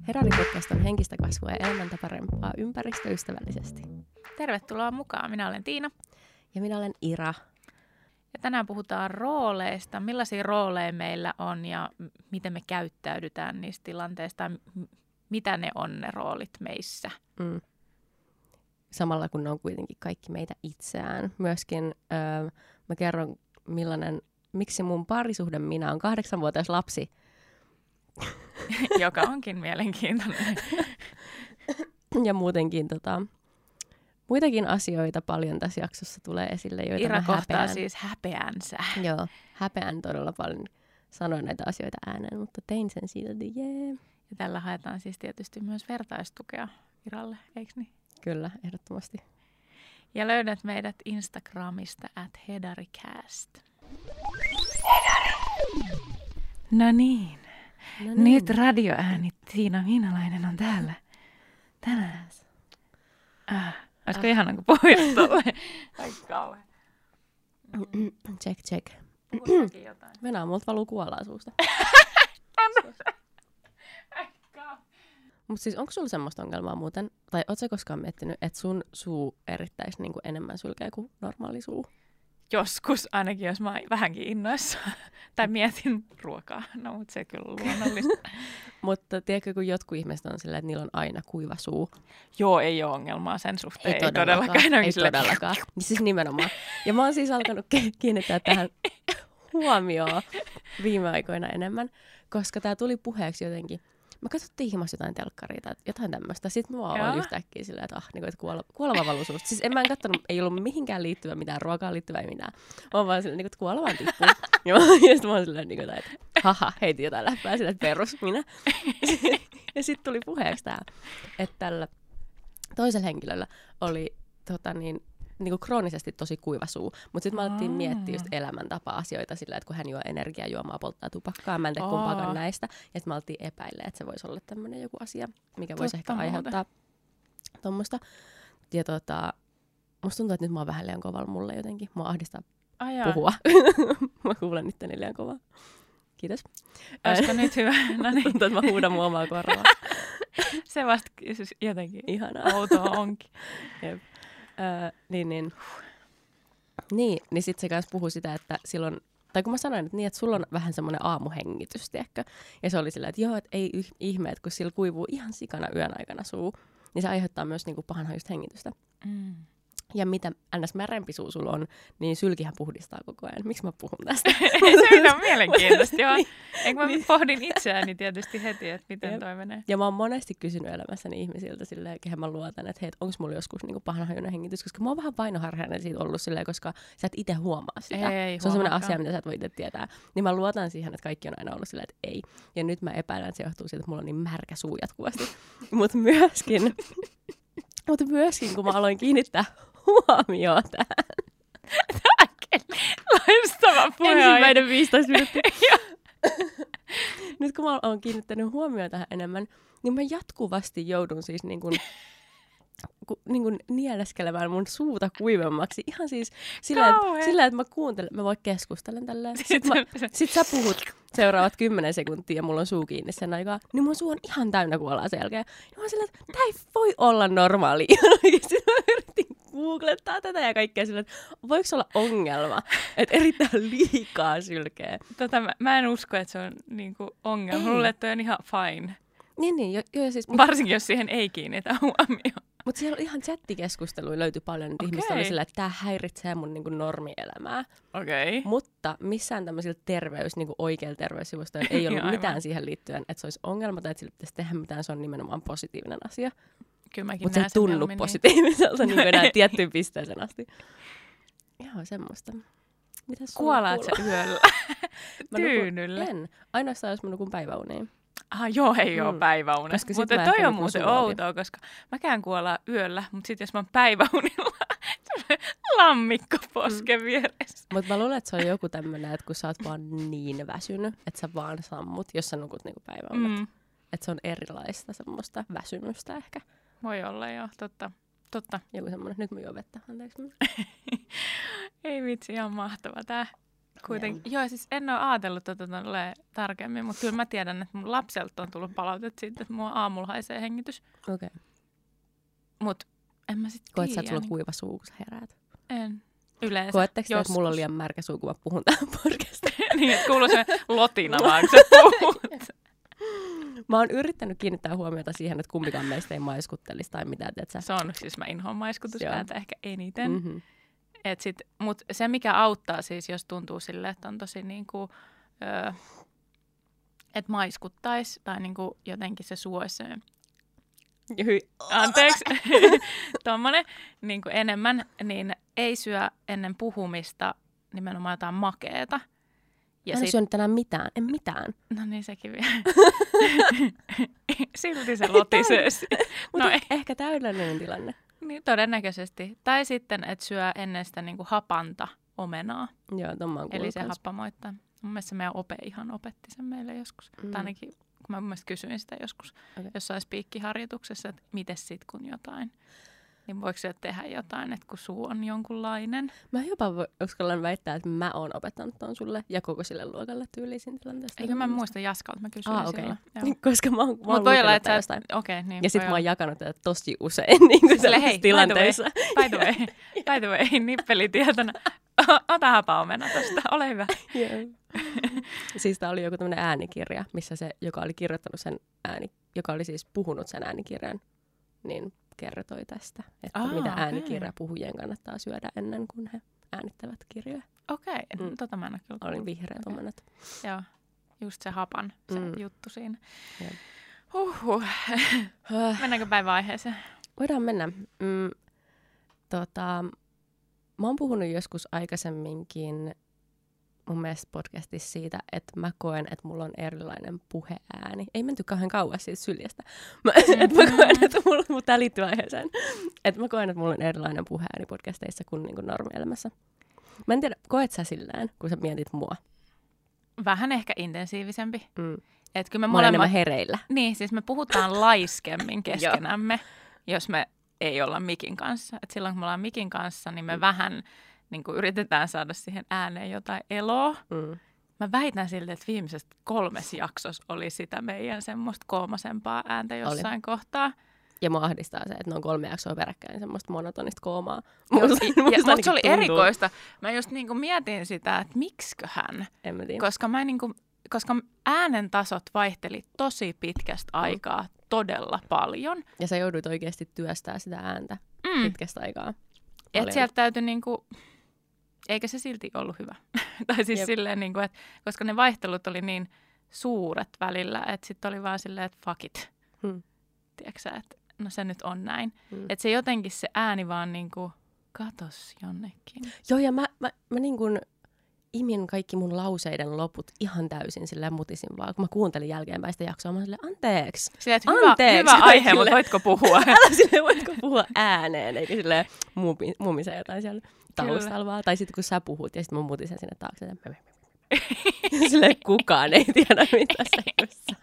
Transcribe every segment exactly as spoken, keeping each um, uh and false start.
Hedari-podcast on henkistä kasvua ja elämäntä parempaa ympäristöystävällisesti. Tervetuloa mukaan. Minä olen Tiina. Ja minä olen Ira. Ja tänään puhutaan rooleista, millaisia rooleja meillä on ja m- miten me käyttäydytään niistä tilanteista ja m- mitä ne on ne roolit meissä. Mm. Samalla kun ne on kuitenkin kaikki meitä itseään. Myöskin öö, mä kerron, millainen, miksi mun parisuhde minä on kahdeksanvuotias lapsi. Joka onkin mielenkiintoinen. Ja muutenkin tota, muitakin asioita paljon tässä jaksossa tulee esille, joita Ira mä kohtaa häpeän. siis häpeänsä. Joo, häpeän todella paljon sanoa näitä asioita ääneen, mutta tein sen silti, jee. Yeah. Ja tällä haetaan siis tietysti myös vertaistukea Iralle, eikö niin? Kyllä, ehdottomasti. Ja löydät meidät Instagramista at hedaricast. Hedari. No niin. No niin. Nyt radioäänit Tiina Miinalainen on täällä. Tänään. Ah, olisiko ah. ihana, kun puhuisi tolleen? Ai kauhean. Check, check. Puhu säkin jotain. Venää, multa valuu kuolaa suusta. Mutta siis onko sulla semmoista ongelmaa muuten, tai ootko sä koskaan miettinyt, että sun suu erittäisi niinku enemmän sylkeä kuin normaali suu? Joskus, ainakin jos mä oon vähänkin innoissaan. Tai mietin ruokaa. No, mutta se kyllä on luonnollista. Mutta tiedätkö, kun jotkut ihmiset on silleen, että niillä on aina kuiva suu. Joo, ei ole ongelmaa sen suhteen. Ei todellakaan. Ei todellakaan. Ei sille... todellakaan. Siis nimenomaan. Ja mä oon siis alkanut kiinnittää tähän huomioon viime aikoina enemmän, koska tää tuli puheeksi jotenkin. Mä katsottiin himassa jotain telkkaria tai jotain tämmöistä. Sitten mä vaan olin yhtäkkiä silleen, että ah, niin kuin, että kuoleva, kuoleva valuu suusta. Siis en mä en kattonut, ei ollut mihinkään liittyvä mitään, ruokaan liittyvää ei mitään. Mä oon vaan silleen, niin kuin, että kuoleva vaan tippuu. Ja, ja sitten mä oon silleen, niin kuin, että haha, heitin jotain läppää silleen, että perus minä. Ja sitten tuli puheeksi tää, että tällä toisella henkilöllä oli tota niin, niin kuin kroonisesti tosi kuiva suu. Mutta sitten me alettiin miettiä just elämäntapa-asioita sillä, että kun hän juo energiajuomaa, polttaa tupakkaa, mä en tee kumpaakaan näistä. Ja sitten me alettiin epäillä, että se voisi olla tämmöinen joku asia, mikä voisi ehkä muuta. aiheuttaa tuommoista. Ja tota, musta tuntuu, että nyt mä oon vähän liian kovalla mulle jotenkin. Mua ahdistaa Ajaa. puhua. Mä kuulen itteni liian kovaa. Kiitos. Olisiko nyt hyvä? No niin. Tuntuu, että mä huudan mun omaa korvaa. Se vasta siis jotenkin ihanaa. outoa onkin. Jep. Öö, niin, niin. Niin, niin sitten se kanssa puhui sitä, että silloin, tai kun mä sanoin, että, niin, että sulla on vähän semmoinen aamuhengitys, tiedätkö? Ja se oli sillä, että joo, että ei yh- ihme, että kun sillä kuivuu ihan sikana yön aikana suu, niin se aiheuttaa myös niinku pahanhajuista hengitystä. Mm. Ja mitä ns. Märempi suu sulla on, niin sylkihän puhdistaa koko ajan. Miksi mä puhun tästä? Se on mielenkiintoista, joo. Niin. Eikö mä Niin. pohdin itseäni tietysti heti, että miten Jep. toi menee. Ja mä oon monesti kysynyt elämässäni ihmisiltä, silleen, kehen mä luotan, että hei, onko mulla joskus niinku pahanhajuinen hengitys, koska mä oon vähän vainoharhainen siitä ollut silleen, koska sä et itse huomaa sitä. Ei, se on semmoinen huomaakaan. asia, mitä sä et voi itse tietää. Niin mä luotan siihen, että kaikki on aina ollut silleen, että ei. Ja nyt mä epäilen, että se johtuu siitä, että mulla on niin märkä suu jatkuvasti. Mutta myöskin, mut myöskin, kun mä aloin kiinnittää huomioon tähän. Loistava puhe. Ensimmäinen viisitoista minuuttia. Nyt kun mä oon kiinnittänyt huomioon tähän enemmän, niin mä jatkuvasti joudun siis niin kuin, ku, niin kuin nieleskelemään mun suuta kuivemmaksi. Ihan siis sillä, että, sillä, että mä kuuntelen, mä voin keskustella tälleen. Sitten mä, sit sä puhut seuraavat kymmenen sekuntia ja mulla on suu kiinni sen aikaa, niin mun suu on ihan täynnä kuolaa sen jälkeen. Ja mä oon sillä, että tää ei voi olla normaali. Ihan oikeesti mä yritin googlettaa tätä ja kaikkea sillä, että voiko olla ongelma, että erittäin liikaa sylkeä. Tota, mä, mä en usko, että se on niinku ongelma. Mä luulen, että toi on ihan fine. Niin, niin. Jo, jo, siis, varsinkin, jos siihen ei kiinnitä huomioon. Mutta siellä on ihan chattikeskusteluja löytyi paljon, että okay. Ihmiset oli sillä, että tämä häiritsee mun niinku normielämää. Okay. Mutta missään tämmöisillä terveys, niinku oikeilla terveyssivustoilla ei ollut mitään siihen liittyen, että se olisi ongelma tai että sillä pitäisi tehdä mitään, se on nimenomaan positiivinen asia. Mutta se ei tunnu positiiviselta niin enää tiettyyn pisteeseen asti. Joo, semmoista. Kuolaat sä yöllä? Tyynyllä? En. Ainoastaan jos mä nukun päiväuniin. Ah, joo, ei ole mm. päiväunessa. Mutta toi on muuten outoa, koska mäkään kuolaan yöllä, mutta sitten jos mä oon päiväunilla, lammikko posken vieressä. Mutta mä luulen, että se on joku tämmönen, että kun sä oot vaan niin väsynyt, että sä vaan sammut, jos sä nukut niinku päiväunet. Mm. Että se on erilaista semmoista väsymystä ehkä. Voi olla, joo, totta. Totta. Joku semmoinen, nyt mä juon vettä, anteeksi. Ei vitsi, ihan mahtava tää. kuitenkin. Joo, siis en ole ajatellut tätä tota tarkemmin, mutta kyllä mä tiedän, että mun lapselta on tullut palautet siitä, että mua aamulla haisee hengitys. Okei. Okay. Mut en mä sit tiedä. Koet sä, että sulla on kuiva suu, kun sä heräät? En. Yleensä. Koetteko te, että mulla on liian märkä suu, kun mä puhun tähän podcastiin? Niin, että kuuluu se lotina vaan, kun sä puhut. Mä oon yrittänyt kiinnittää huomiota siihen, että kumpikaan meistä ei maiskuttelisi tai mitään, tietsä. Se on, siis mä inhoan maiskutusääntä ehkä eniten. Mm-hmm. Et sit, mut se, mikä auttaa siis, jos tuntuu silleen, että on tosi niinku, öö, että maiskuttais tai niinku jotenkin se suu olisi anteeksi, tommonen niinku enemmän, niin ei syö ennen puhumista nimenomaan jotain makeeta. Ja mä en sit... syönyt tänään mitään, en mitään. No niin, sekin vielä. Silti se lotisee. No ehkä täydellinen tilanne. Niin, todennäköisesti. Tai sitten, että syö ennen sitä niinku hapanta omenaa. Joo, ton mä oon eli se happamoittaa. Mun mielestä meidän ope ihan opetti sen meille joskus. Mm. Tai ainakin, kun mä mun mielestä kysyin sitä joskus okay. jossain spiikkiharjoituksessa, että miten sit kun jotain. Niin voiko se tehdä jotain, että kun suu on jonkunlainen? Mä jopa uskallan väittää, että mä oon opettanut ton sulle ja koko sille luokalle tyylisin tilanteesta. Eikö mä muista Jaskalta, mä kysyin ah, okay. silloin. Koska mä oon, mä oon voi olla, että jostain. Okay, niin, ja sit mä oon jakanut tätä tosi usein niin kuin sille, hei, tilanteissa. By the way, by the way, nippelitietona. Ota hapaomena tosta, ole hyvä. Yeah. Siis tää oli joku tämmönen äänikirja, missä se, joka oli kirjoittanut sen ääni, joka oli siis puhunut sen äänikirjan, niin kertoi tästä, että Aa, mitä äänikirjapuhujien kannattaa syödä ennen kuin he äänittävät kirjoja. Okei, okay. mm. tota mä en ole kyllä Oli vihreä tommonet. Joo, just se hapan, se mm. juttu siinä. Yeah. Huhhuh. Mennäänkö päivän aiheeseen? Voidaan mennä. Mm, tota, mä oon puhunut joskus aikaisemminkin mun mielestä podcastissa siitä, että mä koen, että mulla on erilainen puheääni. Ei menty kauhean kauas siitä syljestä. Mä, mm-hmm. et mä koen, että mulla, mutta tää liittyy aiheeseen. Että mä koen, että mulla on erilainen puheääni podcasteissa kuin, niin kuin normielämässä. Mä en tiedä, koet sä sillään, kun sä mietit mua? Vähän ehkä intensiivisempi. Mm. Et kyllä me mä molemmat... olen enemmän hereillä. Niin, siis me puhutaan laiskemmin keskenämme, jos me ei olla mikin kanssa. Et silloin kun me ollaan mikin kanssa, niin me mm. vähän... niin kuin yritetään saada siihen ääneen jotain eloa. Mm. Mä väitän siltä, että viimeisestä kolmes jaksossa oli sitä meidän semmoista koomasempaa ääntä jossain oli. kohtaa. Ja mua ahdistaa se, että ne on kolme jaksoa peräkkäin semmoista monotonista koomaa. Mutta se oli erikoista. Mä just niin kuin mietin sitä, että miksiköhän. En mä tiedä. Koska, mä niin kuin, koska äänen tasot vaihteli tosi pitkästä aikaa mm. todella paljon. Ja sä joudut oikeasti työstää sitä ääntä mm. pitkästä aikaa. Että sieltä täytyi niinku... Eikä se silti ollut hyvä. tai siis Jep. silleen, niin kuin, että koska ne vaihtelut oli niin suuret välillä, että sitten oli vaan silleen, että fuck it. Hmm. Tiedätkö sä, että no se nyt on näin. Hmm. Että se jotenkin se ääni vaan niin kuin katos jonnekin. Joo, ja mä, mä, mä niin kuin imin kaikki mun lauseiden loput ihan täysin silleen mutisin vaan. Kun mä kuuntelin jälkeenpäin sitä jaksoa, mä silleen, anteeksi. Silleen, että hyvä, hyvä aihe, mutta voitko puhua? Älä silleen, voitko puhua ääneen, eikä silleen mumisee jotain siellä taustalla vaan. Tai sitten kun sä puhut ja sitten mä mutisen sinne taakse. Silleen kukaan ei tiedä, mitä sä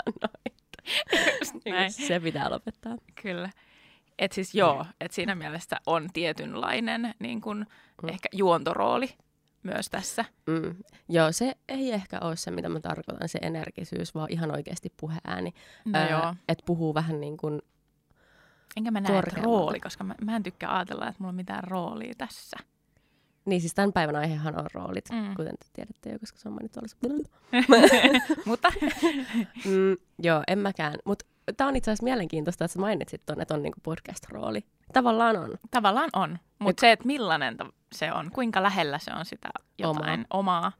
sanoit. Se pitää lopettaa. Kyllä. Että siis joo, että siinä mielessä on tietynlainen niin kun, mm. ehkä juontorooli myös tässä. Mm. Joo, se ei ehkä ole se, mitä mä tarkoitan, se energisyys, vaan ihan oikeasti puheääni. No öö, että puhuu vähän niin kuin enkä mä näe rooli, koska mä, mä en tykkää ajatella, että mulla on mitään roolia tässä. Niin, siis tämän päivän aihehan on roolit, mm. kuten te tiedätte jo, koska se on mainittu alussa. Mutta? mm, joo, en mäkään. Mutta tämä on itse asiassa mielenkiintoista, että sä mainitsit ton, että on niinku podcast-rooli. Tavallaan on. Tavallaan on. Mutta se, että millainen se on, kuinka lähellä se on sitä jotain omaa. omaa.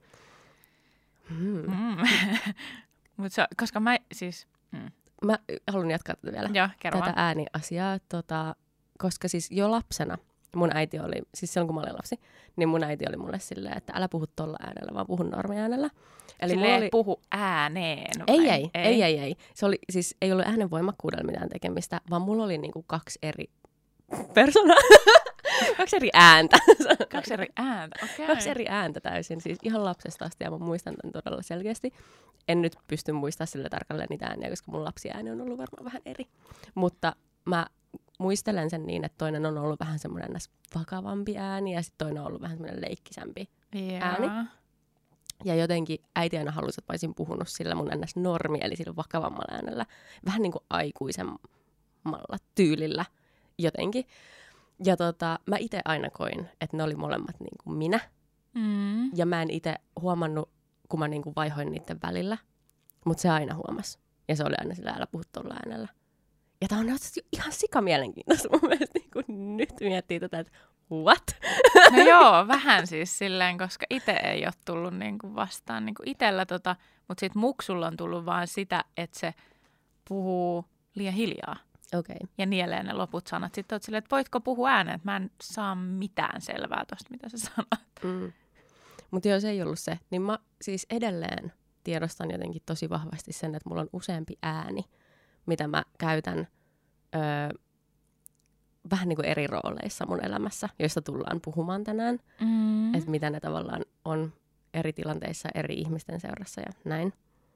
Mm. Mm. Mut se, koska mä siis... Mm. Mä haluan jatkaa tätä vielä. Joo, kerro tätä ääniasiaa, tota, koska siis jo lapsena mun äiti oli, siis silloin kun mä olin lapsi, niin mun äiti oli mulle silleen, että älä puhu tolla äänellä, vaan puhu normiäänellä. Eli silleen oli... puhu ääneen vai? Ei, ei, ei, ei, ei. Se oli, siis ei ollut äänen voimakkuudella mitään tekemistä, vaan mulla oli niinku kaksi eri persoonaa. kaksi eri ääntä. kaksi eri ääntä, okei. Okay. Kaksi eri ääntä täysin, siis ihan lapsesta asti, ja mä muistan tämän todella selkeästi. En nyt pysty muistamaan sille tarkalleen niitä ääniä, koska mun lapsiääni on ollut varmaan vähän eri. Mutta mä muistelen sen niin, että toinen on ollut vähän semmoinen vakavampi ääni ja sitten toinen on ollut vähän semmoinen leikkisämpi yeah. ääni. Ja jotenkin äiti aina halusi, että mä olisin puhunut sillä mun ennäs normi, eli sillä vakavammalla äänellä. Vähän niin kuin aikuisemmalla tyylillä jotenkin. Ja tota, mä itse aina koin, että ne oli molemmat niin kuin minä. Mm. Ja mä en itse huomannut, kun mä niin kuin vaihoin niiden välillä. Mutta se aina huomasi. Ja se oli aina sillä, älä puhu tuolla äänellä. Ja tää on ihan sikamielenkiintoista mun mielestä. Niin kuin nyt miettii tätä, että what? No joo, vähän siis silleen, koska itse ei ole tullut niinku vastaan niinku itsellä, tota, mutta sitten muksulla on tullut vaan sitä, että se puhuu liian hiljaa. Okay. Ja nielee ne loput sanat. Sitten oot silleen, että voitko puhua ääneen, että mä en saa mitään selvää tosta, mitä sä sanot. Mm. Mutta joo, se ei ollut se. Niin mä siis edelleen tiedostan jotenkin tosi vahvasti sen, että mulla on useampi ääni, mitä mä käytän öö, vähän niin kuin eri rooleissa mun elämässä, joista tullaan puhumaan tänään. Mm. Että mitä ne tavallaan on eri tilanteissa, eri ihmisten seurassa ja näin.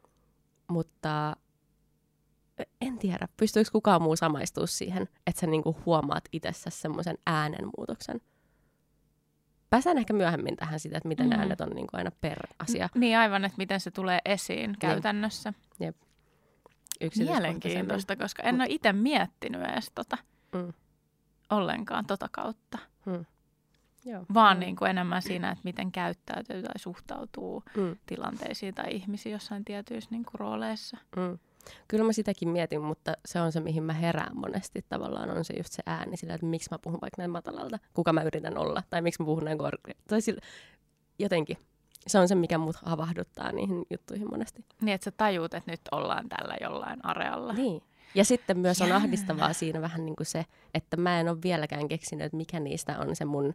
Mutta en tiedä, pystyykö kukaan muu samaistua siihen, että sä niinku huomaat itsessä semmoisen äänenmuutoksen. Päästään ehkä myöhemmin tähän sitä, että miten mm. äänet on niinku aina per asia. Niin aivan, että miten se tulee esiin käytännössä. Jep. Mielenkiintoista, koska en Mut. ole itse miettinyt edes tota mm. ollenkaan tota kautta. Mm. Joo. Vaan mm. niin kuin enemmän siinä, että miten käyttäytyy tai suhtautuu mm. tilanteisiin tai ihmisiin jossain tietyissä niin kuin rooleissa. Mm. Kyllä mä sitäkin mietin, mutta se on se, mihin mä herään monesti tavallaan, on se just se ääni sillä, että miksi mä puhun vaikka näin matalalta, kuka mä yritän olla, tai miksi mä puhun näin korkealta. Tai sillä, jotenkin. Se on se, mikä mut havahduttaa niihin juttuihin monesti. Niin, että sä tajuut, että nyt ollaan tällä jollain arealla. Niin. Ja sitten myös on Jännä. ahdistavaa siinä vähän niin kuin se, että mä en ole vieläkään keksinyt, että mikä niistä on se mun...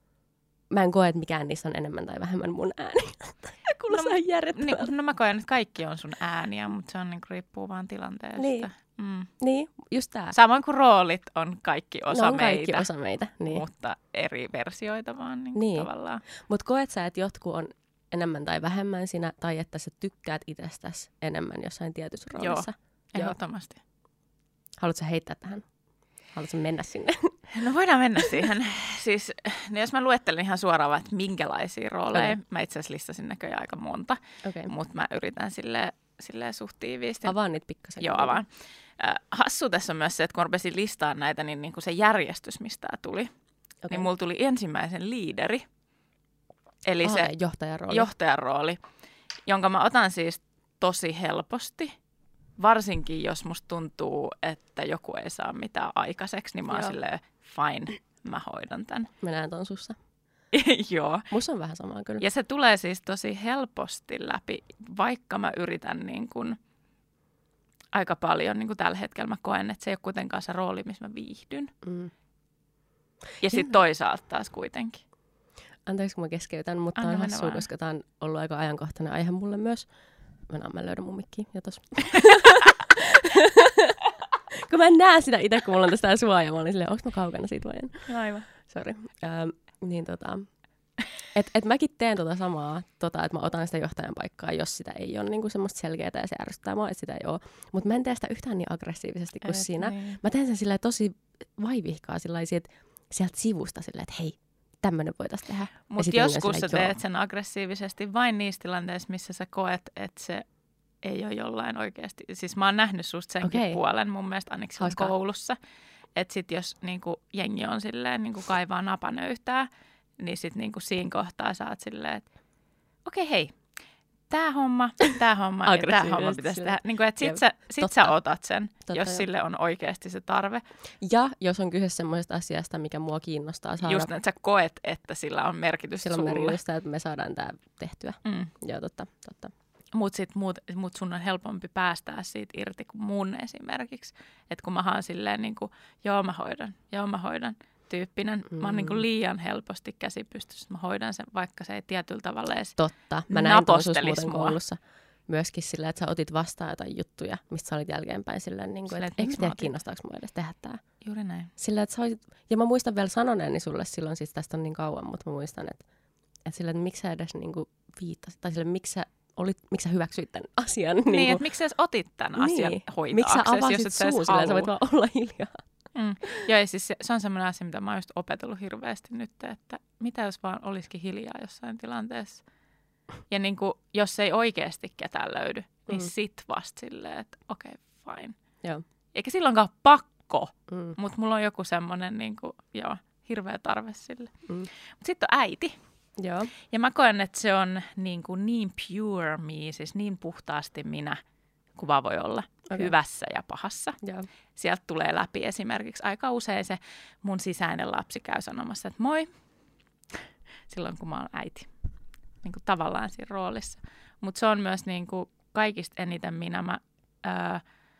Mä en koe, että mikään niistä on enemmän tai vähemmän mun ääni. Kuulostaa no, järjettömältä. Niin, no mä koen, että kaikki on sun ääniä, mutta se on niin kuin, riippuu vaan tilanteesta. Niin, mm. niin just tää. Samoin kuin roolit on kaikki osa no, on meitä. kaikki osa meitä, niin. Mutta eri versioita vaan niin niin. tavallaan. Mutta koet sä, että jotkut on enemmän tai vähemmän sinä, tai että sä tykkäät itsestäsi enemmän jossain tietyssä roolissa? Joo, ehdottomasti. Haluatko sä heittää tähän? Haluatko mennä sinne? No voidaan mennä siihen. Siis, niin jos mä luettelen ihan suoraan, että minkälaisia rooleja. Okay. Mä itse asiassa listasin näköjään aika monta, okay. mutta mä yritän silleen, silleen suht tiiviisti. Avaan niitä pikkasen. Joo, avaan. Äh, hassu tässä on myös se, että kun rupesin listaamaan näitä, niin, niin kuin se järjestys, mistä tämä tuli, okay. niin mulla tuli ensimmäisen liideri. Eli Aha, se johtajarooli. johtajarooli, jonka mä otan siis tosi helposti. Varsinkin, jos musta tuntuu, että joku ei saa mitään aikaiseksi, niin mä oon Joo. silleen, fine, mä hoidan tän. Mä näen ton sussa. Joo. Musta on vähän samaa kyllä. Ja se tulee siis tosi helposti läpi, vaikka mä yritän niin kun, aika paljon, niin kuin tällä hetkellä mä koen, että se ei ole kuitenkaan se rooli, missä mä viihdyn. Mm. Ja sitten toisaalta taas kuitenkin. Anteeksi, kun mä keskeytän, mutta Anna on hassua, koska tää on ollut aika ajankohtainen aihe mulle myös. Mä, mä löydän mun mikkiä, ja tos. Kun mä en näe sitä itse, kun mulla on tästä suojaa, mä olin silleen, onks mä kaukana siitä vai en? Aivan. Sori. Ähm, niin tota, et, et mäkin teen tota samaa, tota, että mä otan sitä johtajan paikkaa, jos sitä ei ole niinku semmoista selkeää ja se ärsyttää mua, että sitä ei ole. Mutta mä en tee sitä yhtään niin aggressiivisesti kuin et, siinä. Niin. Mä teen sen silleen tosi vaivihkaa sillaisia, että sieltä sivusta silleen, että hei, tämmöinen voitaisiin tehdä. Mutta joskus sä teet sen aggressiivisesti vain niissä tilanteissa, missä sä koet, että se ei ole jollain oikeasti. Siis mä oon nähnyt susta senkin okay. puolen mun mielestä ainakin koulussa. Että sit jos niinku, jengi on silleen niinku, kaivaa napanöyhtää, niin sit niinku, siinä kohtaa sä oot silleen, että okei okay, hei, tää homma, tää homma ja tää homma pitäisi tehdä. Niinku, et sit, sä, sit sä otat sen, Totta, jos jo. sille on oikeasti se tarve. Ja jos on kyse semmoisesta asiasta, mikä mua kiinnostaa saada. Just, että sä koet, että sillä on merkitys sillä sulle. Sillä on merkitystä, että me saadaan tää tehtyä. Mm. Joo, totta, totta. Mutta sit mut, mut sun on helpompi päästää siitä irti kuin mun esimerkiksi. Että kun mä haan silleen niin kuin, joo mä hoidan, joo mä hoidan tyyppinen. Mm. Mä oon niin kuin liian helposti käsipystyssä. Mä hoidan sen, vaikka se ei tietyllä tavalla edes Totta. Mä näin tuossa muuten koulussa myöskin silleen, että sä otit vastaan jotain juttuja, mistä sä olit jälkeenpäin silleen, niin kuin, että eikö tiedä kiinnostaako mua edes tehdä tää. Juuri näin. Silleen, että sä olit, ja mä muistan vielä sanoneeni sulle silloin, siis tästä on niin kauan, mutta mä muistan, että, että silleen, että miksi sä edes niin kuin viittasit, tai silleen, miksi sä Olit, miksi sä hyväksyit tämän asian? Niin, niin että miksi sä otit tämän asian niin. hoitaaksesi, miksi sä avasit jos suu sillä, sä voit vaan olla hiljaa. Mm. Joo, ja siis se, se on semmoinen asia, mitä mä oon just opetellut hirveästi nyt, että mitä jos vaan olisikin hiljaa jossain tilanteessa. Ja niin kuin, jos ei oikeasti ketään löydy, niin Mm. sit vasta silleen, että okei, okay, fine. Joo. Eikä silloinkaan pakko, Mm. mutta mulla on joku semmoinen niin kuin, joo, hirveä tarve sille. Mm. Mutta sitten on äiti. Joo. Ja mä koen, että se on niin, kuin niin pure me, siis niin puhtaasti minä, kuin vaan voi olla. Okay. Hyvässä ja pahassa. Joo. Sieltä tulee läpi esimerkiksi aika usein se mun sisäinen lapsi käy sanomassa, että moi, silloin kun mä oon äiti. Niin kuin tavallaan siinä roolissa. Mutta se on myös niin kuin kaikista eniten minä. Mä ää,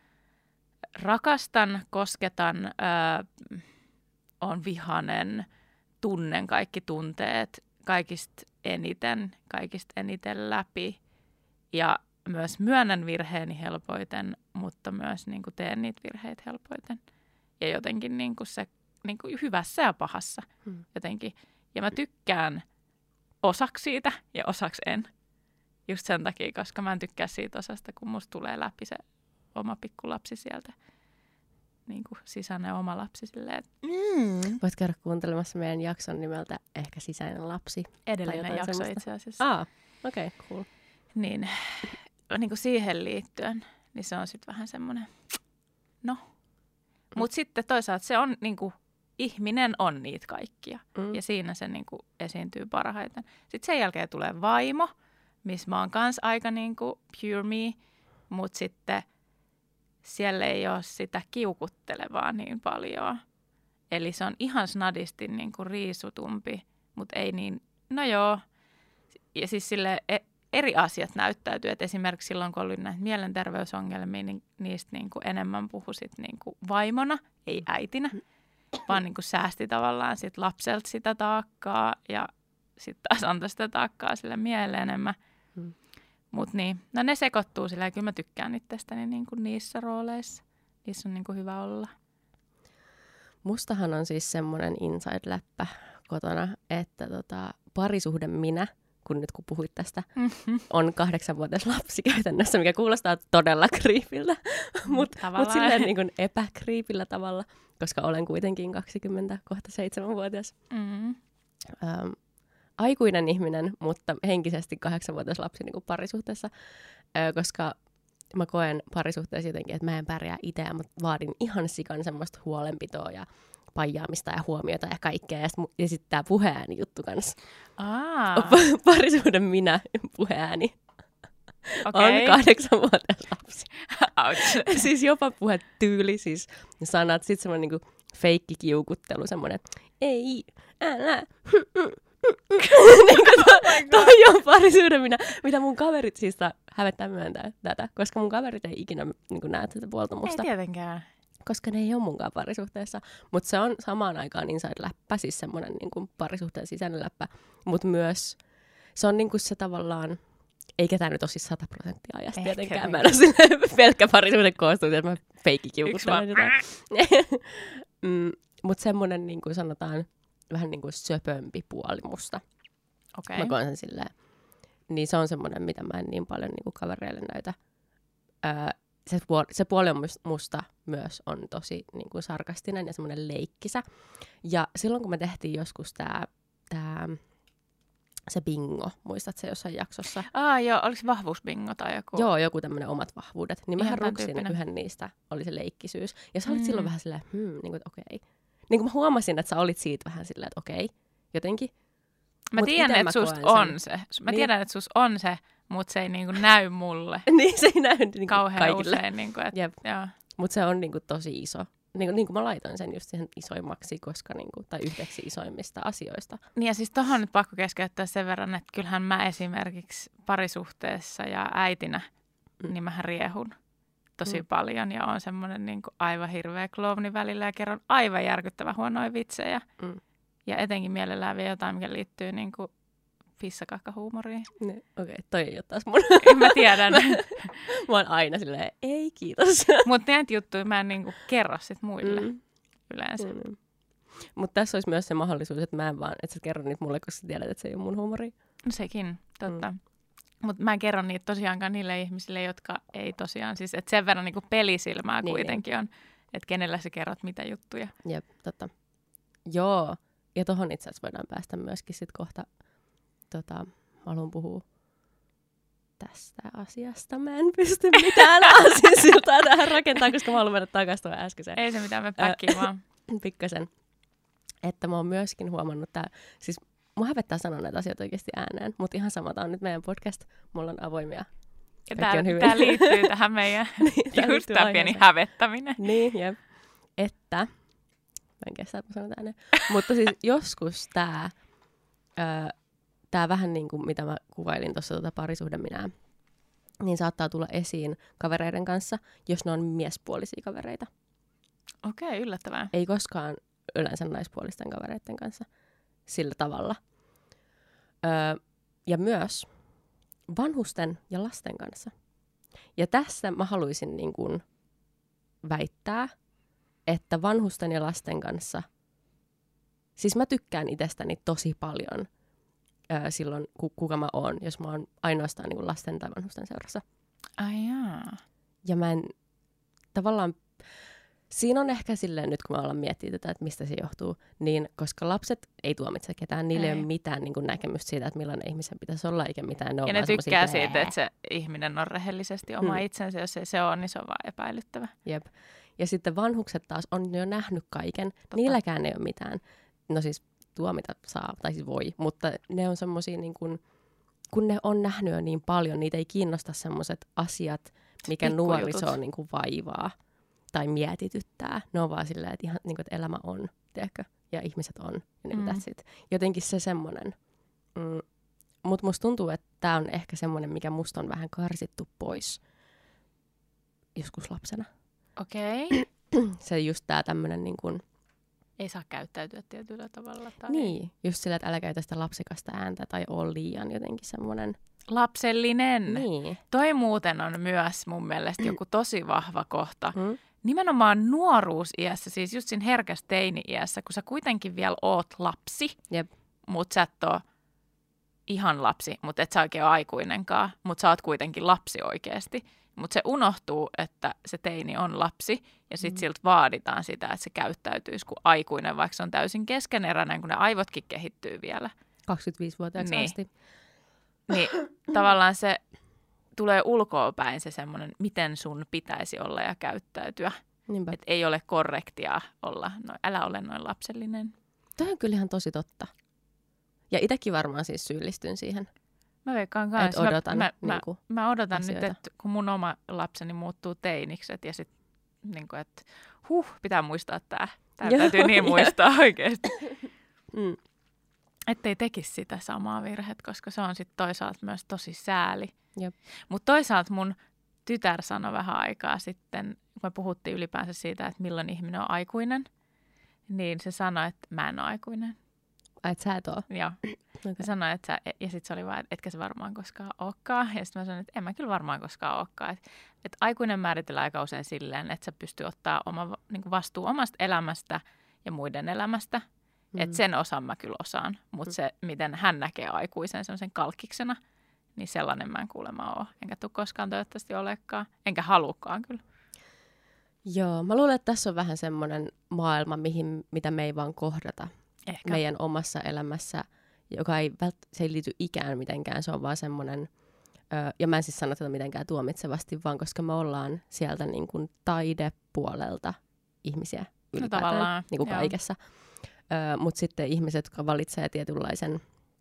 rakastan, kosketan, ää, on vihanen, tunnen kaikki tunteet kaikista eniten, kaikista eniten läpi. Ja myös myönnän virheeni helpoiten, mutta myös niin kuin teen niitä virheitä helpoiten. Ja jotenkin niin kuin se niin kuin hyvässä ja pahassa Hmm. jotenkin. Ja mä tykkään osaksi siitä ja osaksi en. Just sen takia, koska mä en tykkää siitä osasta, kun musta tulee läpi se oma pikkulapsi sieltä. Niin kuin sisäinen oma lapsi silleen, että mm. Voit käydä kuuntelemassa meidän jakson nimeltä Ehkä sisäinen lapsi. Edellinen jotain jakso semmoista. itse asiassa. Ah, okei, okay, cool. Niin, niin kuin siihen liittyen, niin se on sitten vähän semmoinen, no. Mutta sitten toisaalta se on, niin kuin, ihminen on niitä kaikkia. Mm. Ja siinä se niin kuin, esiintyy parhaiten. Sitten sen jälkeen tulee vaimo, missä mä oon kans aika niin kuin, pure me, mutta sitten siellä ei ole sitä kiukuttelevaa niin paljon. Eli se on ihan snadisti niin kuin riisutumpi, mutta ei niin, no joo. Ja siis sille eri asiat näyttäytyy, että esimerkiksi silloin, kun oli näitä mielenterveysongelmia, niin niistä niin kuin enemmän puhuisit niin kuin vaimona, ei äitinä, vaan niin kuin säästi tavallaan sit lapselta sitä taakkaa ja sitten taas antoi sitä taakkaa sille miehelle enemmän. Hmm. Mutta niin, no ne sekoittuu silleen, kyllä mä tykkään itsestäni niin kuin niissä rooleissa. Niissä on niin kuin hyvä olla. Mustahan on siis semmoinen inside-läppä kotona, että tota, parisuhde minä, kun nyt kun puhuit tästä, Mm-hmm. on kahdeksanvuotias lapsi käytännössä, mikä kuulostaa todella kriipiltä, mutta mut silleen niin kuin epäkriipillä tavalla, koska olen kuitenkin kaksikymmentä, kohta seitsemänvuotias. Mm-hmm. Ähm, aikuinen ihminen, mutta henkisesti kahdeksanvuotias lapsi niin kuin parisuhteessa, äh, koska mä koen parisuhteessa jotenkin, että mä en pärjää itse, ja mä vaadin ihan sikan semmoista huolenpitoa ja paijaamista ja huomiota ja kaikkea. Ja sitten ja sit tää puheääni juttu kanssa. Aa, Parisuuden minä puheääni okei. on kahdeksanvuotias lapsi. Ouch. Siis jopa puhetyyli, siis sanat, sitten semmoinen niinku feikki kiukuttelu, semmoinen ei, älä. niin to, toi on parisuuden minä, mitä mun kaverit siis hävettää myöntää tätä, koska mun kaverit ei ikinä niin näe tätä puolta musta. Ei tietenkään. Koska ne ei ole munkaan parisuhteessa. Mutta se on samaan aikaan inside-läppä, siis semmoinen niin parisuhteen sisäinen läppä. Mutta myös se on niin kuin se tavallaan, eikä tämä nyt ole siis sata prosenttia ajasta Ehkä tietenkään. Mä en ole silleen pelkkä parisuhde koostuu, että mä feikkikiukuttelen jotain. mm, Mutta semmoinen niin kuin sanotaan vähän niin kuin söpömpi puoli musta. Okei. Mä koen sen silleen. Niin se on semmoinen, mitä mä en niin paljon niin kuin kavereille näytä. Öö, Se puoli, se puoli on musta myös on tosi niin kuin sarkastinen ja semmoinen leikkisä. Ja silloin kun me tehtiin joskus tää, tää, se bingo, muistat se jossain jaksossa? Aa joo, oliko se vahvuusbingo tai joku? Joo, joku tämmöinen omat vahvuudet. Niin Ihan mähän tän ruksin tyyppinen. yhden niistä, oli se leikkisyys. Ja sä olit Mm. silloin vähän silleen, hmm, niin kuin, että okei. Niin kuin mä huomasin, että sä olit siitä vähän silleen, että okei, jotenkin. Mä Mut tiedän, ite että mä susta koen on sen. se. Mä Niin. tiedän, että sus on se, mutta se ei niinku näy mulle niin se ei näy niin kuin kauhean kaikille. usein. Niinku, et, Jep. joo. Mutta se on niinku tosi iso. Niin kuin, niin kuin mä laitoin sen just siihen isoimmaksi, koska niinku, tai yhdeksi isoimmista asioista. Niin ja siis tohon nyt pakko keskeyttää sen verran, että kyllähän mä esimerkiksi parisuhteessa ja äitinä, Mm. niin mähän riehun tosi Mm. paljon ja on semmoinen niinku aivan hirveä klouvni välillä ja kerron aivan järkyttävän huonoja vitsejä. Mm. Ja etenkin mielellään vielä jotain, mikä liittyy niinku fissakakkahuumoriin. Okei, okay, toi ei ole taas mun. Mä tiedän. mä, mä oon aina silleen, ei kiitos. Mutta näitä juttuja mä en niinku kerro sit muille Mm. yleensä. Mm. Mutta tässä olisi myös se mahdollisuus, että mä en vaan, että sä kerron niitä mulle, koska sä tiedät, että se ei ole mun huumori. No sekin, totta. Mm. Mutta mä en kerro niitä tosiaankaan niille ihmisille, jotka ei tosiaan, siis että sen verran niinku pelisilmää Niin, kuitenkin on, että kenellä sä kerrot mitä juttuja. Jep, totta. Joo, ja tohon itse asiassa voidaan päästä myöskin sit kohta, tota, mä haluan puhua tästä asiasta mä en pysty mitään aasinsiltaa tähän rakentaa, koska mä haluan mennä takaisin tuohon äskeiseen. Ei se mitään, me päkkiin vaan. Pikkasen. Että mä oon myöskin huomannut tää, siis mua hävettää sanoa näitä asioita oikeasti ääneen, mutta ihan sama, tää on nyt meidän podcast, mulla on avoimia. Ja tää, tää liittyy tähän meidän niin, just tää pieni hävettäminen. Niin, jep. Että, mä en kestä, että mä sanon ääneen, mutta siis joskus tää, ö, tää vähän niin kuin mitä mä kuvailin tuossa tota parisuhde minä, niin saattaa tulla esiin kavereiden kanssa, jos ne on miespuolisia kavereita. Okei, okay, yllättävää. Ei koskaan yleensä naispuolisten kavereiden kanssa sillä tavalla. Öö, ja myös vanhusten ja lasten kanssa. Ja tässä mä haluaisin niin kuin väittää, että vanhusten ja lasten kanssa, siis mä tykkään itsestäni tosi paljon öö, silloin, ku, kuka mä oon, jos mä oon ainoastaan niin kuin lasten tai vanhusten seurassa. Ai jaa. Ja mä en tavallaan, siinä on ehkä silleen nyt, kun me ollaan miettinyt tätä, että mistä se johtuu, niin koska lapset ei tuomitse ketään, niillä ei, ei ole mitään niin kuin näkemystä siitä, että millainen ihmisen pitäisi olla, eikä mitään. Ne ja ne tykkää siitä, että se ihminen on rehellisesti oma hmm. itsensä, jos ei se ole, niin se on vaan epäilyttävä. Jep. Ja sitten vanhukset taas on jo nähnyt kaiken, Totta. niilläkään ei ole mitään. No siis tuomita saa, tai siis voi, mutta ne on semmosia niin kuin, kun ne on nähnyt jo niin paljon, niitä ei kiinnosta semmoiset asiat, mikä nuorisoa niin kuin vaivaa tai mietityttää. Ne on vaan silleen, että, ihan, niin kuin, että elämä on, tiedätkö? Ja ihmiset on. Ja niin mm. jotenkin se semmoinen. Mm. Mutta musta tuntuu, että tämä on ehkä semmoinen, mikä musta on vähän karsittu pois joskus lapsena. Okei. Okay. Se just tää tämmöinen niin kuin, ei saa käyttäytyä tietyllä tavalla. Tai niin, just sillä, että älä käytä sitä lapsikasta ääntä tai ole liian jotenkin semmoinen lapsellinen. Niin. Toi muuten on myös mun mielestä joku tosi vahva kohta. Mm. Nimenomaan nuoruusiässä, siis just siinä herkässä teini-iässä, kun sä kuitenkin vielä oot lapsi, Jep. mut sä et oo ihan lapsi, mutta et sä oikein ole aikuinenkaan, mutta sä oot kuitenkin lapsi oikeasti. Mutta se unohtuu, että se teini on lapsi ja sitten mm. siltä vaaditaan sitä, että se käyttäytyisi kuin aikuinen, vaikka se on täysin keskeneräinen, kun ne aivotkin kehittyy vielä. kaksikymmentäviisivuotiaaksi niin. asti. Niin tavallaan se tulee ulkoapäin se semmoinen, miten sun pitäisi olla ja käyttäytyä. Että ei ole korrektia olla, no älä ole noin lapsellinen. Tämä on kyllä ihan tosi totta. Ja itsekin varmaan siis syyllistyn siihen. Mä veikkaan kanssa. Mä odotan, mä, niin kuin, mä, mä odotan nyt, että kun mun oma lapseni muuttuu teinikset ja sitten, niin kuin, että huh, pitää muistaa tää. Tää täytyy niin muistaa oikeasti. Mm. Ettei tekisi sitä samaa virhettä, koska se on sitten toisaalta myös tosi sääli. Mutta toisaalta mun tytär sanoi vähän aikaa sitten, kun me puhuttiin ylipäänsä siitä, että milloin ihminen on aikuinen, niin se sanoi, että mä en ole aikuinen. Ai, et sä et oo? Joo. Okay. Sanoi, että sä, ja sitten se oli vaan, että etkä se varmaan koskaan olekaan. Ja sitten mä sanoin, että en mä kyllä varmaan koskaan olekaan. Että et aikuinen määritellään aika usein silleen, että sä pystyy ottaa oma, niin vastuu omasta elämästä ja muiden elämästä. Mm. Että sen osan mä kyllä osaan. Mutta mm. se, miten hän näkee aikuisen semmoisen kalkkiksena, niin sellainen mä en kuulemma ole. Enkä tule koskaan toivottavasti olekaan. Enkä halukaan kyllä. Joo, mä luulen, että tässä on vähän semmoinen maailma, mihin, mitä me ei vaan kohdata. Ehkä. Meidän omassa elämässä, joka ei, vält- se ei liity ikään mitenkään, se on vaan semmoinen, öö, ja mä en siis sano tätä mitenkään tuomitsevasti, vaan koska me ollaan sieltä niin kuin taidepuolelta ihmisiä ylipäätään, no niin kuin kaikessa. Öö, mutta sitten ihmiset, jotka valitsee tietynlaisen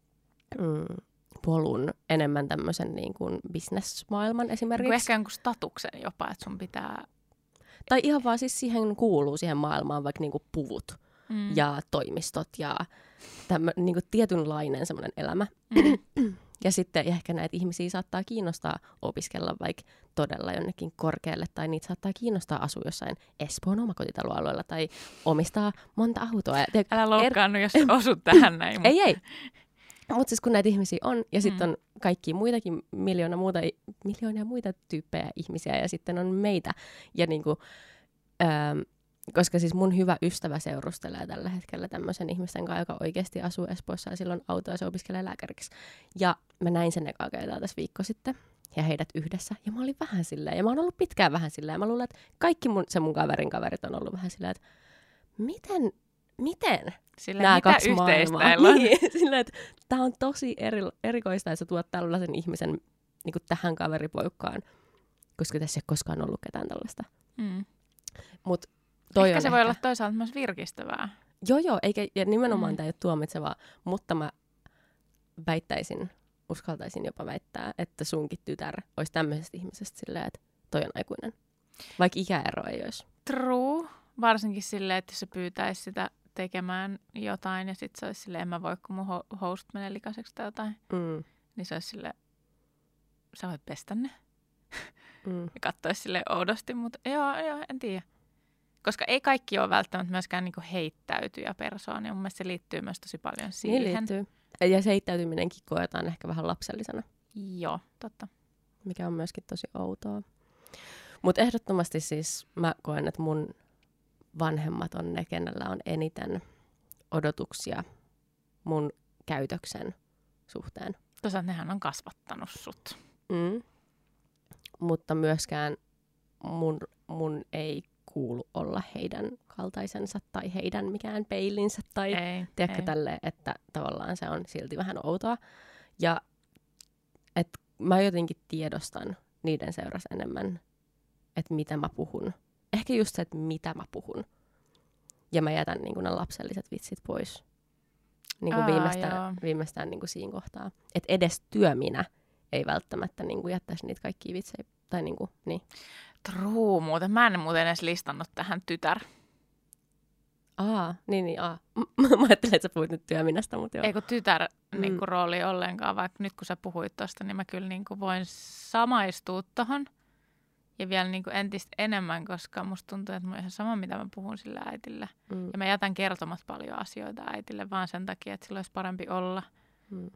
mm, polun enemmän tämmöisen niin kuin business-maailman esimerkiksi. Niin ehkä jonkun statuksen jopa, että sun pitää... Tai ihan vaan siis siihen kuuluu siihen maailmaan vaikka niin kuin puvut. Mm. Ja toimistot ja tämmö, niin kuin tietynlainen semmoinen elämä. Mm. Ja sitten ehkä näitä ihmisiä saattaa kiinnostaa opiskella vaikka todella jonnekin korkealle, tai niitä saattaa kiinnostaa asua jossain Espoon omakotitaloalueella tai omistaa monta autoa. Ja, älä loukkaannu, er... jos osut tähän näin. Ei, ei. Mutta siis kun näitä ihmisiä on, ja sitten mm. on kaikki muitakin, miljoona muuta, miljoonia muita tyyppejä ihmisiä, ja sitten on meitä. Ja niinku... Ähm, Koska siis mun hyvä ystävä seurustelee tällä hetkellä tämmöisen ihmisten kanssa, joka oikeasti asuu Espoossa ja silloin auto ja se opiskelee lääkäriksi. Ja mä näin sen ekaa kertaa tässä viikko sitten ja heidät yhdessä. Ja mä olin vähän silleen, ja mä oon ollut pitkään vähän silleen. Ja mä luulen, että kaikki mun, se mun kaverin kaverit on ollut vähän silleen, että miten, miten silleen, nämä mitä kaksi maailmaa. Niin, silleen, että tää on tosi eri, erikoista, että sä tuot tällaisen ihmisen niin kuin tähän kaveripoikkaan, koska tässä ei ole koskaan ollut ketään tällaista. Mm. Mut toi ehkä on se ehkä... voi olla toisaalta myös virkistävää. Joo, joo, eikä, ja nimenomaan Mm. tämä ei ole tuomitsevaa, mutta mä väittäisin, uskaltaisin jopa väittää, että sunkin tytär olisi tämmöisestä ihmisestä silleen, että toi on aikuinen. Vaikka ikäero ei olisi. True. Varsinkin silleen, että jos se pyytäisi sitä tekemään jotain ja sitten se olisi silleen, en mä voi, kun mun ho- host menee likaiseksi tai jotain. Mm. Niin se olisi silleen, sä voit pestä ne. Mm. Ja katsoisi silleen oudosti, mutta joo, joo, en tiedä. Koska ei kaikki ole välttämättä myöskään niinku heittäytyjä persoonia. Mun mielestä se liittyy myös tosi paljon siihen. Niin liittyy. Ja se heittäytyminenkin koetaan ehkä vähän lapsellisena. Joo, totta. Mikä on myöskin tosi outoa. Mutta ehdottomasti siis mä koen, että mun vanhemmat on ne, kenellä on eniten odotuksia mun käytöksen suhteen. Toisaalta nehän on kasvattanut sut. Mm. Mutta myöskään mun, mun ei kuulu olla heidän kaltaisensa tai heidän mikään peilinsä tai Ei, tiedätkö ei. tälleen, että tavallaan se on silti vähän outoa. Ja että mä jotenkin tiedostan niiden seurassa enemmän, että mitä mä puhun. Ehkä just se, että mitä mä puhun. Ja mä jätän niin kuin ne lapselliset vitsit pois. Niin kuin Aa, viimeistään joo. viimeistään niin kuin siinä kohtaa. Että edes työminä ei välttämättä niin kuin jättäisi niitä kaikkia vitsejä. Tai niin kuin, niin. True, muuten. Mä en muuten edes listannut tähän tytär. Aa, niin, niin, aa. Mä ajattelin, että sä puhuit nyt työminästä, mutta joo. Ei kun tytär Mm. niinku, rooli ollenkaan, vaikka nyt kun sä puhuit tosta, niin mä kyllä niinku, voin samaistua tohon. Ja vielä niinku, entistä enemmän, koska musta tuntuu, että mä ihan sama, mitä mä puhun sillä äitille. Mm. Ja mä jätän kertomat paljon asioita äitille vaan sen takia, että sillä olisi parempi olla. Mm.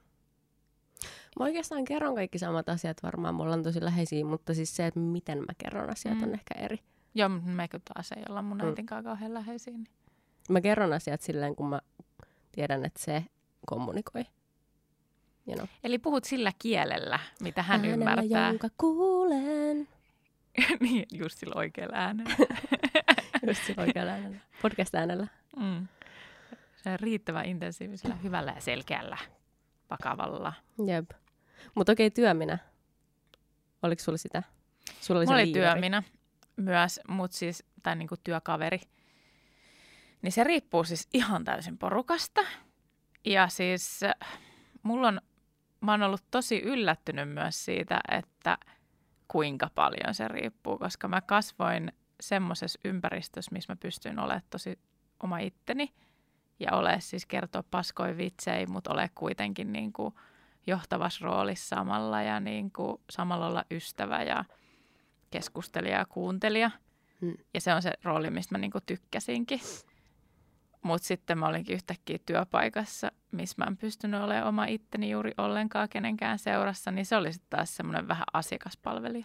Mä oikeastaan kerron kaikki samat asiat varmaan, mulla on tosi läheisiä, mutta siis se, että miten mä kerron asiat Mm. on ehkä eri. Joo, mutta meikö taas ei olla mun Mm. äitin kanssa kauhean läheisiä. Niin. Mä kerron asiat silleen, kun mä tiedän, että se kommunikoi. You know. Eli puhut sillä kielellä, mitä hän Äänellä, ymmärtää. jonka kuulen. Niin, just sillä oikealla äänellä. Just sillä oikealla äänellä. Podcast-äänellä. Mm. Se on riittävän intensiivisellä, hyvällä ja selkeällä, vakavalla. Jep. Mutta okei, työminä. Oliko sulla sitä? Sulla oli Mulla se oli liiveri. työminä myös, mut siis, tai niinku työkaveri. Niin se riippuu siis ihan täysin porukasta. Ja siis äh, mulla on, mä oon ollut tosi yllättynyt myös siitä, että kuinka paljon se riippuu, koska mä kasvoin semmoisessa ympäristössä, missä mä pystyin olemaan tosi oma itteni ja ole siis kertoa paskoja vitsejä, mutta ole kuitenkin niin kuin johtavassa roolissa samalla ja niin kuin samalla olla ystävä ja keskustelija ja kuuntelija. Hmm. Ja se on se rooli, mistä mä niin kuin tykkäsinkin. Mutta sitten mä olinkin yhtäkkiä työpaikassa, missä mä en pystynyt olemaan oma itteni juuri ollenkaan kenenkään seurassa, niin se oli sitten taas semmoinen vähän asiakaspalvelija.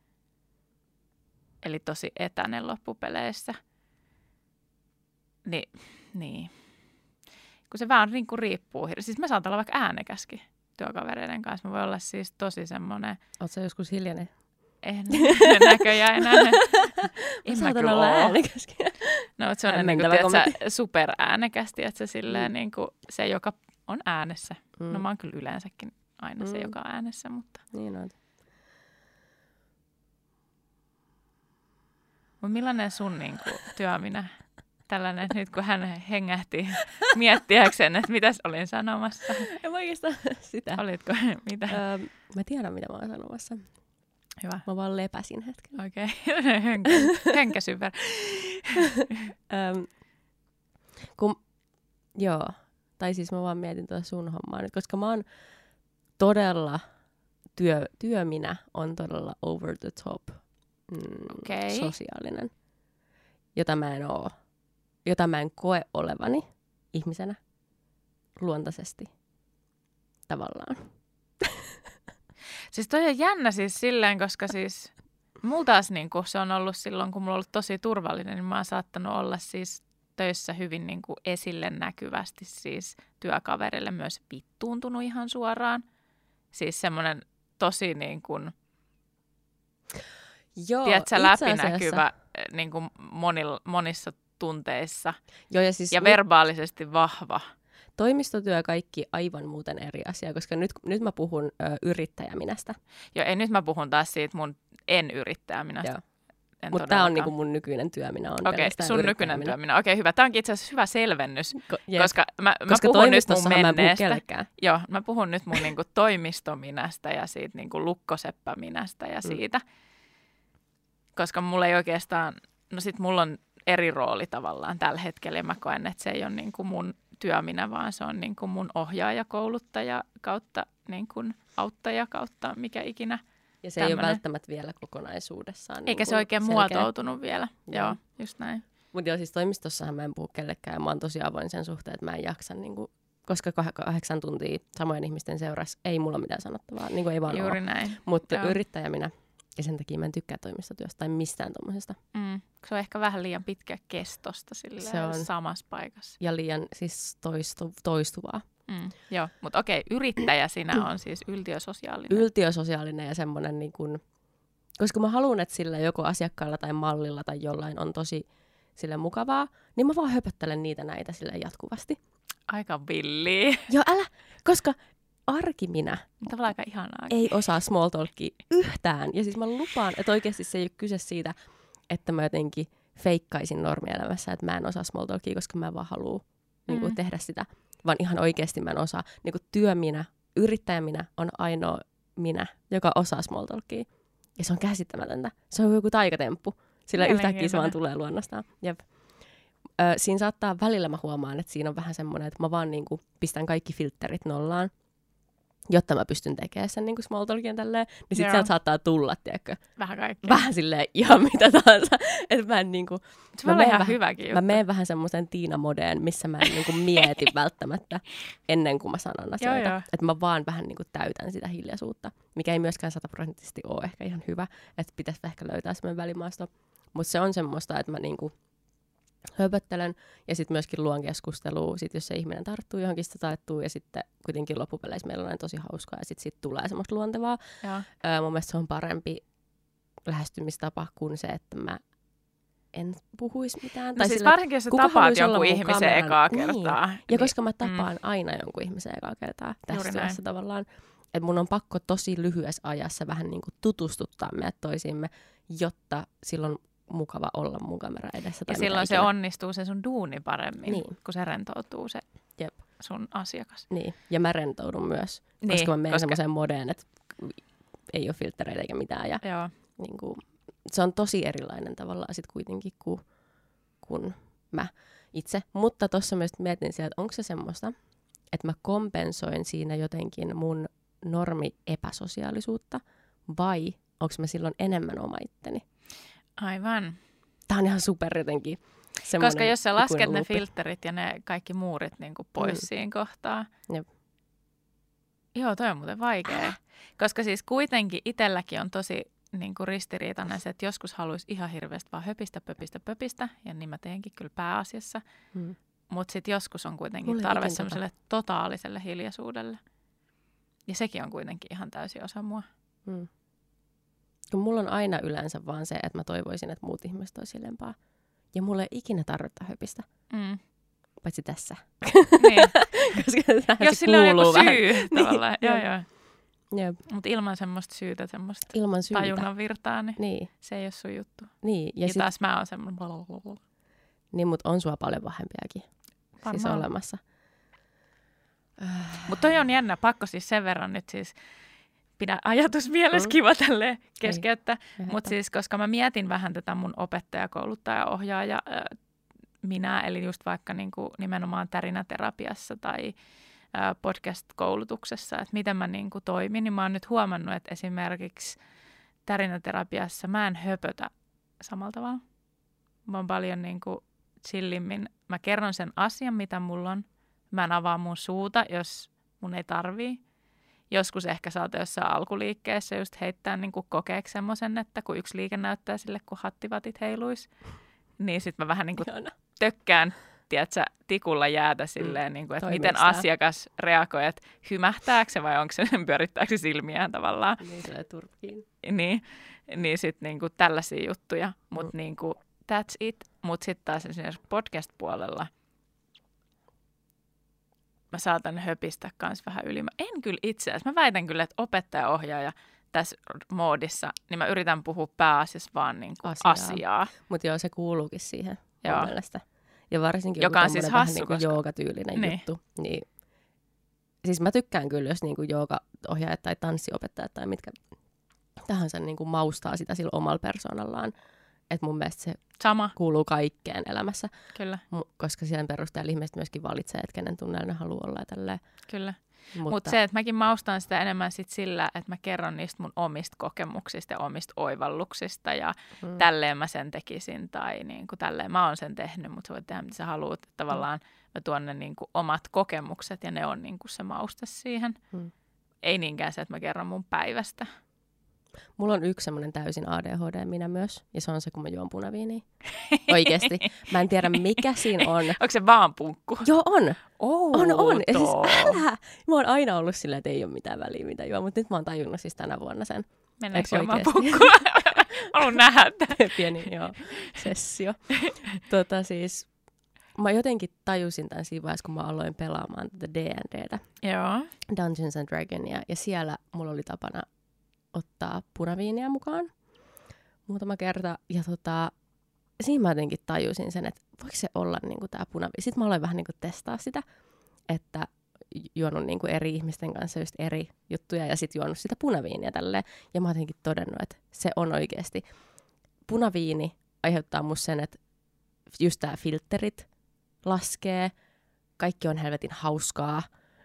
Eli tosi etäinen loppupeleissä. Ni, niin. Kun se vähän niin kuin riippuu. Siis mä saatan olla vaikka äänekäskin työkavereiden kanssa. Mä voin olla siis tosi semmoinen... Oot sä joskus hiljainen? En näköjään enää. En mä kyllä olla oo. äänekäskin. No, se on niin Hämmentävä kuin, tiedätkö, kommentti. superäänekästi, että se, silleen, Mm. niin kuin, se, joka on äänessä. Mm. No mä oon kyllä yleensäkin aina se, Mm. joka on äänessä, mutta... Niin on. Mutta millainen sun niin kuin, työminä? Tällainen nyt, kun hän hengähti miettiäkseen, että mitäs olin sanomassa. En mä oikeastaan sitä. Olitko? Mitä? Öö, mä tiedän, mitä mä oon sanomassa. Hyvä. Mä vaan lepäsin hetken. Okei. Okay. Hönkä, hönkäsyvär. Öm, kun, joo, tai siis mä vaan mietin tuota sun hommaa nyt, koska mä oon todella, työ, työminä on todella over the top mm, Okei. sosiaalinen, jota mä en oo, jota mä en koe olevani ihmisenä luontaisesti tavallaan. Siis toi on jännä siis silleen, koska siis mulla taas niin kuin se on ollut silloin, kun mulla on ollut tosi turvallinen, niin mä oon saattanut olla siis töissä hyvin niin kuin esille näkyvästi siis työkaverille myös vittuuntunut ihan suoraan. Siis semmoinen tosi niin kuin, Joo, tiedätkö, itse läpinäkyvä niin kuin monil, monissa tunteissa Joo, ja, siis ja nyt- verbaalisesti vahva. toimistotyö kaikki aivan muuten eri asia, koska nyt, nyt mä puhun ö, yrittäjäminästä. Joo, ei nyt mä puhun taas siitä mun en-yrittäjäminästä. Joo. Mutta tämä on niinku mun nykyinen työminä. Okei, okay, sun nykyinen työminä. Okei, okay, hyvä. Tämä onkin itse asiassa hyvä selvennys, Ko, koska mä, mä koska puhun nyt mun menneestä. Mä Joo, mä puhun nyt mun niinku toimistominästä ja siitä niinku lukkoseppäminästä ja siitä. Mm. Koska mulla ei oikeastaan, no sit mulla on eri rooli tavallaan tällä hetkellä ja mä koen, että se ei ole niinku mun työminä, vaan se on niinku mun ohjaaja, kouluttaja kautta niinku auttaja kautta mikä ikinä. Ja se tämmönen. Ei ole välttämättä vielä kokonaisuudessaan. Eikä niin se oikein selkeä. Muotoutunut vielä. Joo, joo just näin. Mutta joo, siis toimistossahan mä en puhu kellekään ja mä oon tosi avoin sen suhteen, että mä en jaksa, niin kuin, koska kahdeksan tuntia samojen ihmisten seurassa ei mulla mitään sanottavaa. Niin kuin ei vaan juuri ole. Näin. Mutta yrittäjä minä, ja sen takia mä en tykkää toimistotyöstä tai mistään tommosesta. Mm. Se on ehkä vähän liian pitkä kestosta se on samassa paikassa. Ja liian siis toistu, toistuvaa. Mm, joo, mutta okei, yrittäjä sinä on siis yltiösosiaalinen. Yltiösosiaalinen ja semmoinen, niin kuin, koska mä haluan, että sillä joko asiakkaalla tai mallilla tai jollain on tosi sille mukavaa, niin mä vaan höpöttelen niitä näitä sille jatkuvasti. Aika villiä. Joo, älä, koska arki minä tavallaan aika ihanaa. Ei osaa small talkia yhtään. Ja siis mä lupaan, että oikeasti se ei ole kyse siitä, että mä jotenkin feikkaisin normielämässä, että mä en osaa small talkia, koska mä vaan haluan mm. niin kuin, tehdä sitä. Vaan ihan oikeasti mä en osaa. Niin kuin työminä, yrittäjäminä on ainoa minä, joka osaa small talkia. Ja se on käsittämätöntä. Se on joku taikatemppu. Sillä yhtäkkiä se vaan tulee luonnostaan. Jep. Ö, siinä saattaa välillä mä huomaan, että siinä on vähän semmoinen, että mä vaan niin kuin pistän kaikki filterit nollaan, jotta mä pystyn tekemään sen niin kuin small talkin tälleen. Niin sit sieltä saattaa tulla, tiedätkö? Vähän kaikkea. Vähän silleen ihan mitä tahansa. Että mä en niinku... Se on ihan vähän, hyväkin juttu. Mä menen vähän semmoisen Tiina-modeen, missä mä en niinku mieti välttämättä ennen kuin mä sanon asioita. Että mä vaan vähän niinku täytän sitä hiljaisuutta, mikä ei myöskään sataprosenttisesti ole ehkä ihan hyvä. Että pitäisi ehkä löytää semmoinen välimaasto. Mutta se on semmoista, että mä niinku höpöttelen ja sitten myöskin luon keskustelua, sit jos se ihminen tarttuu johonkin, sitä taittuu ja sitten kuitenkin loppupeleissä meillä on tosi hauskaa ja sitten sit tulee semmoista luontevaa. Öö, mun mielestä se on parempi lähestymistapa kuin se, että mä en puhuisi mitään. No tai siis sille, varsinkin, jos sä tapaat jonkun ihmisen ekaa kertaa. Niin. Ja koska mä tapaan mm. aina jonkun ihmisen ekaa kertaa tässä työssä tavallaan, että mun on pakko tosi lyhyessä ajassa vähän niin kuin tutustuttaa meidät toisiimme, jotta silloin mukava olla mun kamera edessä. Ja silloin se onnistuu se sun duuni paremmin, niin. kun se rentoutuu se Jep. sun asiakas. Niin, ja mä rentoudun myös, niin, koska mä menen koska... semmoiseen modeen, että ei ole filtreitä eikä mitään. Ja Joo. Niin kuin, se on tosi erilainen tavallaan sit kuitenkin kuin, kuin mä itse. Mutta tuossa myös mietin sieltä, että onko se semmoista, että mä kompensoin siinä jotenkin mun normi epäsosiaalisuutta vai onko mä silloin enemmän oma itteni? Aivan. Tää on ihan super jotenkin. Koska jos sä lasket ne filterit ja ne kaikki muurit niin kuin pois mm. siinä kohtaa. Jep. Joo, toi on muuten vaikea. Koska siis kuitenkin itselläkin on tosi niin kuin ristiriitainen se, että joskus haluaisi ihan hirveästi vaan höpistä, pöpistä, pöpistä. Ja niin mä teenkin kyllä pääasiassa. Mm. Mutta sitten joskus on kuitenkin Mulle tarve semmoiselle tota. totaaliselle hiljaisuudelle. Ja sekin on kuitenkin ihan täysin osa mua. Mm. Kun mulla on aina yleensä vaan se, että mä toivoisin, että muut ihmiset olisi hiljempaa. Ja mulla ei ikinä tarvita höpistä. Mm. Paitsi tässä. Niin. Koska jos sillä on joku syy vähän. tavallaan. Niin. Joo, joo. Mutta ilman semmoista syytä, semmoista ilman syytä. tajunnan virtaa, niin, niin se ei ole sun juttu. Niin. Ja, ja sit... taas mä oon semmoinen blablabla. Niin, mutta on sua paljon vahempiakin. Varmaan. Siis olemassa. Mutta toi on jännä. Pakko siis sen verran nyt siis... Pidä ajatus mielessä, mm. kiva tälleen keskeyttä. Mutta siis, koska mä mietin vähän tätä mun opettaja, kouluttaja, ohjaaja, äh, minä, eli just vaikka niinku nimenomaan tärinäterapiassa tai äh, podcast-koulutuksessa, että miten mä niinku toimin, niin mä oon nyt huomannut, että esimerkiksi tärinäterapiassa mä en höpötä samalla tavalla. Mä oon paljon niinku chillimmin. Mä kerron sen asian, mitä mulla on. Mä en avaa mun suuta, jos mun ei tarvii. Joskus ehkä saata jossain alkuliikkeessä just heittää niin kuin kokeeksi semmoisen, että kun yksi liike näyttää sille, kun hattivatit heiluisi, niin sitten mä vähän niin kuin tökkään, tiedätkö, tikulla jäätä silleen, mm, niin kuin, että miten asiakas reagoi, että hymähtääkö se vai onko se, pyörittääkö se silmiään tavallaan. Niin se turpiin. Niin, niin sitten niin kuin tällaisia juttuja, mutta mm. niin kuin that's it. Mutta sitten taas esimerkiksi podcast-puolella mä saatan höpistä kans vähän yli. Mä en kyllä itse asiassa. Mä väitän kyllä, että opettaja-ohjaaja tässä moodissa, niin mä yritän puhua pääasiassa vaan niin kuin asiaa. asiaa. Mutta joo, se kuuluukin siihen joo. mun mielestä. Ja varsinkin joka joku on siis vähän hassu, niin kuin koska... joogatyylinen niin. juttu. Niin. Siis mä tykkään kyllä, jos niin kuin joogaohjaajat tai tanssiopettajat tai mitkä tahansa niin kuin maustaa sitä sillä omalla persoonallaan. Että mun mielestä se Sama. kuuluu kaikkeen elämässä. Kyllä. M- koska sen perusteella ihmiset myöskin valitsee, että kenen tunneilla ne haluaa olla ja tälleen. Kyllä. Mutta Mut se, että mäkin maustan sitä enemmän sit sillä, että mä kerron niistä mun omista kokemuksista ja omista oivalluksista ja mm. tälleen mä sen tekisin tai niin kuin tälleen mä oon sen tehnyt, mutta sä voit tehdä mitä sä haluat. Että tavallaan mä tuon ne niin kuin omat kokemukset ja ne on niin kuin se mauste siihen. Mm. Ei niinkään se, että mä kerron mun päivästä. Mulla on yksi semmoinen täysin A D H D minä myös, ja se on se, kun mä juon punaviiniä. Oikeesti. Mä en tiedä, mikä siinä on. Onko se vaan punkku? Joo, on. Outo. On, on. Ja siis älä. Mä oon aina ollut silleen, että ei ole mitään väliä, mitä juo, mutta nyt mä oon tajunnut siis tänä vuonna sen. Mennäänkö juomaan punkkua? Haluan nähdä. Pieni, joo, sessio. tota siis, mä jotenkin tajusin tämän siinä vaiheessa, kun mä aloin pelaamaan tätä D and D:tä. Joo. Dungeons and Dragonia. Ja siellä mulla oli tapana ottaa punaviiniä mukaan muutama kerta. Ja tota, siinä mä jotenkin tajusin sen, että voiko se olla niinku tää punaviini. Sitten mä aloin vähän niinku testaa sitä, että juonut niinku eri ihmisten kanssa just eri juttuja ja sitten juonut sitä punaviiniä tälleen. Ja mä oon jotenkin todennut, että se on oikeasti. Punaviini aiheuttaa musta sen, että just tää filterit laskee, kaikki on helvetin hauskaa.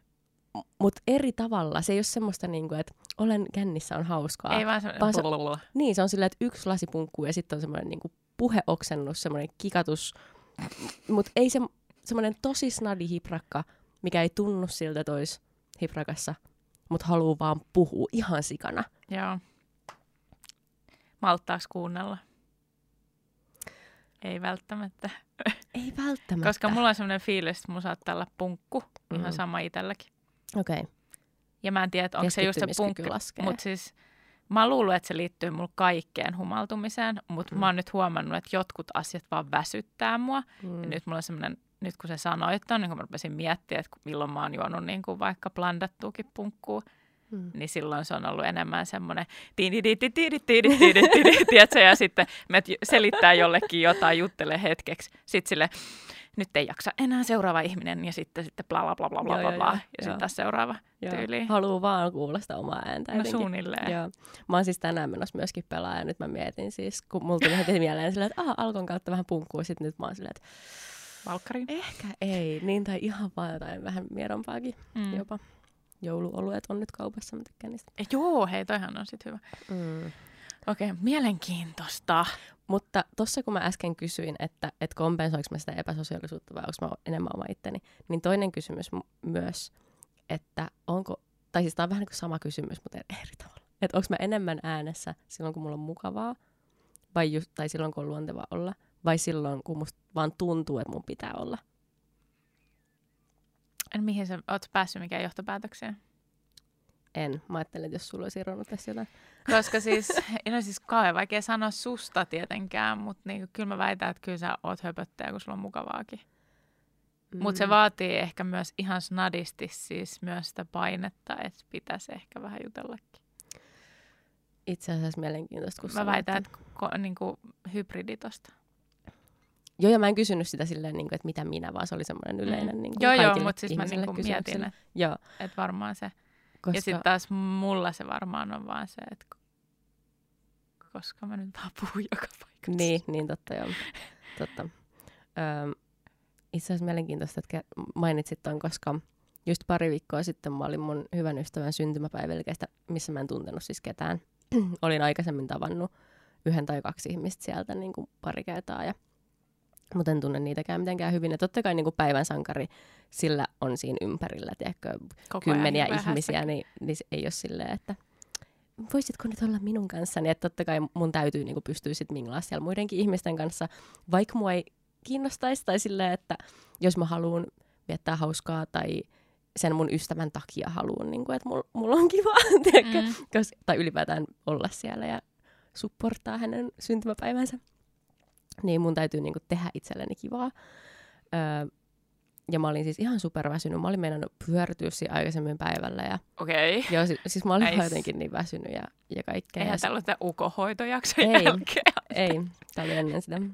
Mutta eri tavalla. Se ei ole semmoista, niinku, että olen kännissä on hauskaa. Ei vaan semmoinen se, niin, se on silleen, että yksi lasi punkkuu ja sitten on semmoinen niinku puheoksennus, semmoinen kikatus. Mutta ei se semmoinen tosi snadi hiprakka, mikä ei tunnu siltä, että olisi hiprakassa, mutta haluaa vaan puhua ihan sikana. Joo. Malttaako kuunnella? Ei välttämättä. Ei välttämättä. Koska mulla on semmoinen fiilis, että mulla saattaa olla punkku. Ihan mm. sama itselläkin. Okei. Okay. Ja mä en tiedä, onko se just se punkku. Mutta siis mä oon luullut, että se liittyy mulle kaikkeen humaltumiseen. Mutta mm. mä oon nyt huomannut, että jotkut asiat vaan väsyttää mua. Mm. Ja nyt mulla on semmoinen, nyt kun se sanoit on, niin kun mä rupesin miettimään, että milloin mä oon juonut niin kuin vaikka blandattuukin punkkuu. Hmm. Niin silloin se on ollut enemmän semmoinen tiedätkö, ja sitten me selittää jollekin jotain, juttelee hetkeksi. Sitten sille, nyt ei jaksa enää seuraava ihminen, ja sitten sitten bla bla bla bla bla bla, bla ja sitten taas seuraava tyyli. Haluaa vaan kuulla sitä omaa ääntä. No jotenkin. Suunnilleen. Joo. Mä oon siis tänään menossa myöskin pelaa, ja nyt mä mietin siis, kun mulla tuli heti mieleen silleen, että aha, Alkon kautta vähän punkkuu, sitten nyt mä oon silleen, että Valkkari? Ehkä ei, niin tai ihan vaan jotain vähän miedompaakin mm. jopa. Jouluoluet on nyt kaupassa, mä tykkään niistä. Eh, joo, hei, toihan on sit hyvä. Mm. Okei, okay, mielenkiintoista. Mutta tossa kun mä äsken kysyin, että et kompensoinko mä sitä epäsosiaalisuutta vai onko mä enemmän oma itteni, niin toinen kysymys m- myös, että onko, tai siis tää on vähän niin kuin sama kysymys, mutta eri tavalla. Että onko mä enemmän äänessä silloin, kun mulla on mukavaa, vai just, tai silloin, kun on luontevaa olla, vai silloin, kun musta vaan tuntuu, että mun pitää olla. En mihin sä oot päässyt mikään johtopäätökseen? En. Mä ajattelin, että jos sulla olisi irronnut tässä jotain. Koska siis, no siis kauhean vaikea sanoa susta tietenkään, mutta niinku, kyllä mä väitän, että kyllä sä oot höpöttäjä, kun sulla on mukavaakin. Mm. Mutta se vaatii ehkä myös ihan snadisti siis myös sitä painetta, että pitäisi ehkä vähän jutellakin. Itse asiassa mielenkiintoista, kun mä väitän, että ko- niinku, hybridi tosta. Joo, ja mä en kysynyt sitä silleen, niin kuin, että mitä minä, vaan se oli semmoinen yleinen mm. niin kuin joo, kaikille joo, mutta siis mä niin kuin mietin, että et varmaan se. Koska... Ja sitten taas mulla se varmaan on vaan se, että koska mä nyt vaan puhun joka paikassa. Niin, niin totta joo. totta. Öm, itse asiassa mielenkiintoista, että mainitsit ton, koska just pari viikkoa sitten mä olin mun hyvän ystävän syntymäpäivälikeistä, missä mä en tuntenut siis ketään. Olin aikaisemmin tavannut yhden tai kaksi ihmistä sieltä niin kuin pari kertaa ja mutta en tunne niitäkään mitenkään hyvin. Ja totta kai niin kuin päivän sankari, sillä on siinä ympärillä, tiedätkö, kymmeniä ihmisiä, niin, niin ei ole silleen, että voisitko nyt olla minun kanssani. Että totta kai mun täytyy niin kuin pystyä sitten minglaa siellä muidenkin ihmisten kanssa, vaikka mua ei kiinnostaisi. Tai silleen, että jos mä haluan viettää hauskaa tai sen mun ystävän takia haluan, niin kuin, että mulla mul on kiva, tiedätkö, mm. Kos, tai ylipäätään olla siellä ja supporttaa hänen syntymäpäivänsä. Niin mun täytyy niinku tehdä itselleni kivaa. Öö, ja mä olin siis ihan superväsynyt. Mä olin meinannut pyörtyä siinä aikaisemmin päivällä. Ja Okei. Okay. Joo, siis, siis mä olin nice. jotenkin niin väsynyt ja, ja kaikkea. Eihän ja täällä ole sitä ukohoitojakson ei, jälkeen. Ei, tää oli ennen sitä.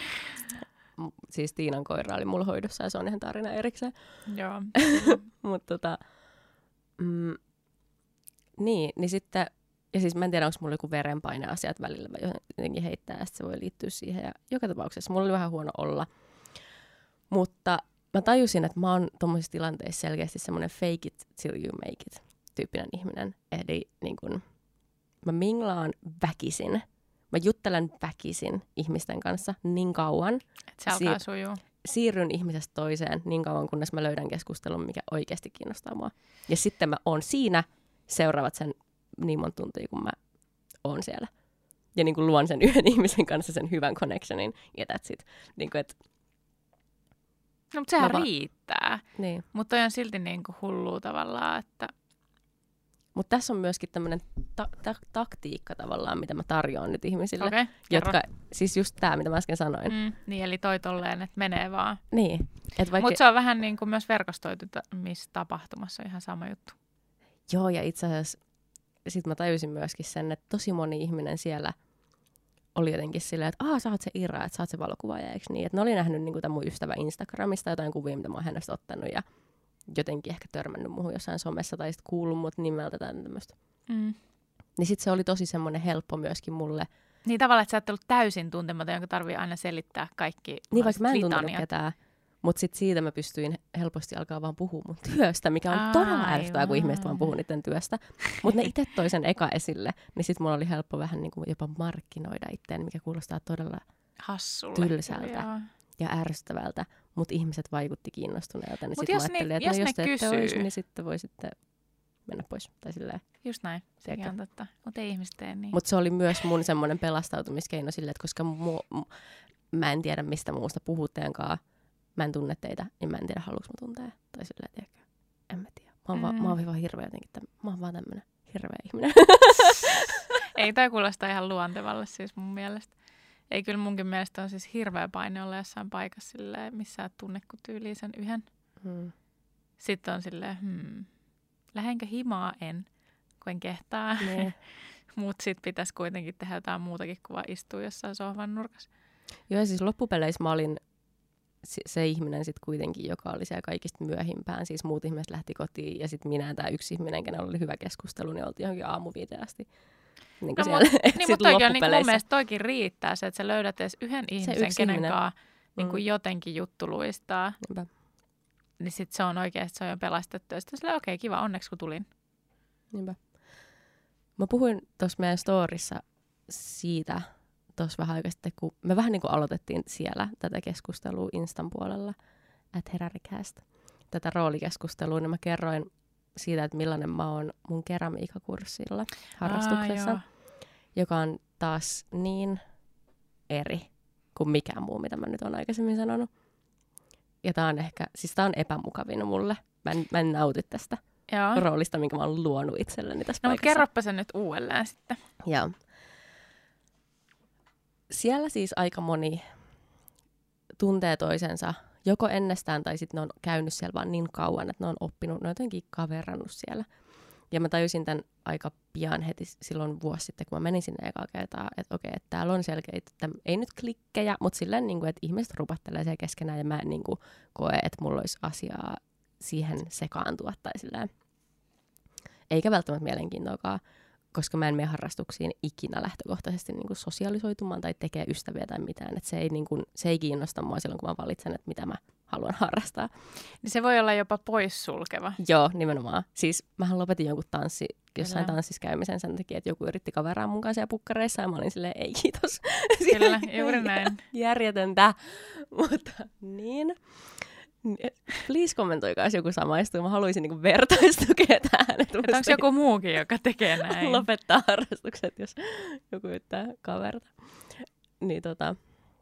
Siis Tiinan koira oli mulla hoidossa ja se on ihan tarina erikseen. Joo. Mutta tota, mm, niin, niin sitten, ja siis mä en tiedä, onko mulla joku verenpaineasiat välillä vai jotenkin heittää, ja se voi liittyä siihen. Ja joka tapauksessa mulla oli vähän huono olla. Mutta mä tajusin, että mä oon tommosissa tilanteissa selkeästi semmoinen fake it till you make it -tyyppinen ihminen. Eli niin kun, mä minglaan väkisin. Mä juttelen väkisin ihmisten kanssa niin kauan. Että se alkaa siir- sujuu. Siirryn ihmisestä toiseen niin kauan, kunnes mä löydän keskustelun, mikä oikeasti kiinnostaa mua. Ja sitten mä oon siinä seuraavat sen niin monta tuntia, kun mä oon siellä. Ja niin kuin luon sen yhden ihmisen kanssa sen hyvän connectionin. Ja that's it. Niin kuin, et no, mutta sehän va- riittää. Niin. Mutta toi on silti niin kuin hullua tavallaan, että mutta tässä on myöskin tämmöinen ta- ta- taktiikka tavallaan, mitä mä tarjoan nyt ihmisille. Okay, jotka, siis just tämä, mitä mä äsken sanoin. Mm, niin, eli toi tolleen, että menee vaan. Niin. Vaikka Mutta se on vähän niin kuin myös verkostoitutapahtumassa ihan sama juttu. Joo, ja itse asiassa sit mä tajusin myöskin sen, että tosi moni ihminen siellä oli jotenkin silleen, että aah, sä oot se Ira, että sä oot se valokuvaaja, eikö niin? Että ne oli nähnyt niin kuin tämän mun ystävä Instagramista jotain kuvia, mitä mä oon hänestä ottanut ja jotenkin ehkä törmännyt muuhun jossain somessa tai sitten kuullut mut nimeltä tai tämmöistä. Mm. Niin sit se oli tosi semmoinen helppo myöskin mulle. Niin tavallaan, että sä et ollut täysin tuntematon, jonka tarvii aina selittää kaikki. Niin vaikka mä en tuntenut ketään, mutta sit siitä mä pystyin helposti alkaa vaan puhua mun työstä, mikä on Aivan. todella ärsyttävää, kun ihmiset vaan puhuu niiden työstä. Mutta ne itse toi sen eka esille, niin sit mulla oli helppo vähän niin kuin jopa markkinoida itseäni, mikä kuulostaa todella hassulle tylsältä kyllä, ja ärsyttävältä, mutta ihmiset vaikutti kiinnostuneelta. Niin sitten mä ajattelin, ne, että jos, no, jos jos te ette kysyy, olisi, niin sitten voi sitten mennä pois. Tai silleen. Just näin, sekin on totta. Mutta ei ihmiset tee niin. Mutta se oli myös mun semmoinen pelastautumiskeino silleen, että koska mu, mu, mä en tiedä, mistä muusta puhuteenkaan, mä en tunne teitä, niin mä en tiedä, haluanko mä tuntea. Tai silleen, tiedäkö, en mä tiedä. Mä oon, mm. va, mä oon vaan hirveä jotenkin, täm, mä oon vaan tämmönen hirveä ihminen. Ei, toi kuulostaa ihan luontevalle siis mun mielestä. Ei, kyllä munkin mielestä on siis hirveä paine olla jossain paikassa silleen, missä et tunne kuin tyyliin sen yhden. Hmm. Sitten on silleen, hmm, lähdenkö himaa en, kun en kehtaa. Nee. Mutta sitten pitäisi kuitenkin tehdä jotain muutakin kuin vaan istua jossain sohvan nurkassa. Joo, ja siis loppupeleissä mä olin se ihminen sitten kuitenkin, joka oli siellä kaikista myöhimpään. Siis muut ihmiset lähti kotiin ja sitten minä ja tämä yksi ihminen, kenellä oli hyvä keskustelu, niin oltiin johonkin aamuviiteen asti. Niin, no, siellä, niin mutta toikin on, niin mun mielestä toikin riittää se, että sä löydät edes yhden ihmisen, kenen kanssa niin mm. jotenkin juttu luistaa. Niinpä. Niin sitten se on oikeasti, se on jo pelastettu. Ja sitten silleen, okei, okay, kiva, onneksi kun tulin. Niinpä. Mä puhuin tuossa meidän storissa siitä tuossa vähän aikaa sitten, kun me vähän niin kuin aloitettiin siellä tätä keskustelua Instan puolella, at Heräricast, tätä roolikeskustelua, niin mä kerroin siitä, että millainen mä oon mun keramiikkakurssilla harrastuksessa, Aa, joka on taas niin eri kuin mikään muu, mitä mä nyt oon aikaisemmin sanonut. Ja tää on ehkä, siis tää on epämukavin mulle. Mä en, mä en nauti tästä Joo. roolista, minkä mä oon luonut itselleni tässä no, paikassa. No kerropa sen nyt uudelleen sitten. Joo. Siellä siis aika moni tuntee toisensa joko ennestään tai sitten ne on käynyt siellä vaan niin kauan, että ne on oppinut, ne on jotenkin kaverannut siellä. Ja mä tajusin tämän aika pian heti silloin vuosi sitten, kun mä menin sinne ekaa kertaa, että okei, että täällä on selkeitä, että ei nyt klikkejä, mutta silleen, niin kuin, että ihmiset rupattelee siellä keskenään ja mä en niin kuin, koe, että mulla olisi asiaa siihen sekaantua tai silleen. Eikä välttämättä mielenkiintoakaan, koska mä en mene harrastuksiin ikinä lähtökohtaisesti niin kuin sosiaalisoitumaan tai tekee ystäviä tai mitään. Et se, ei, niin kuin, se ei kiinnosta mua silloin, kun mä valitsen, että mitä mä haluan harrastaa. Niin se voi olla jopa poissulkeva. Joo, nimenomaan. Siis mähän lopetin jonkun tanssi, jossain Kyllä. tanssissa käymisen sen takia, että joku yritti kaveraa mun kanssa ja pukkareissa ja mä olin silleen, ei kiitos. Kyllä, juuri näin. Järjetöntä. Mutta niin. Please kommentoikaa, jos joku samaistuu. Mä haluaisin niinku vertaistukea tähän. Että onko joku muukin, joka tekee näin? Lopettaa harrastukset, jos joku yrittää kaverta. Niin, tota,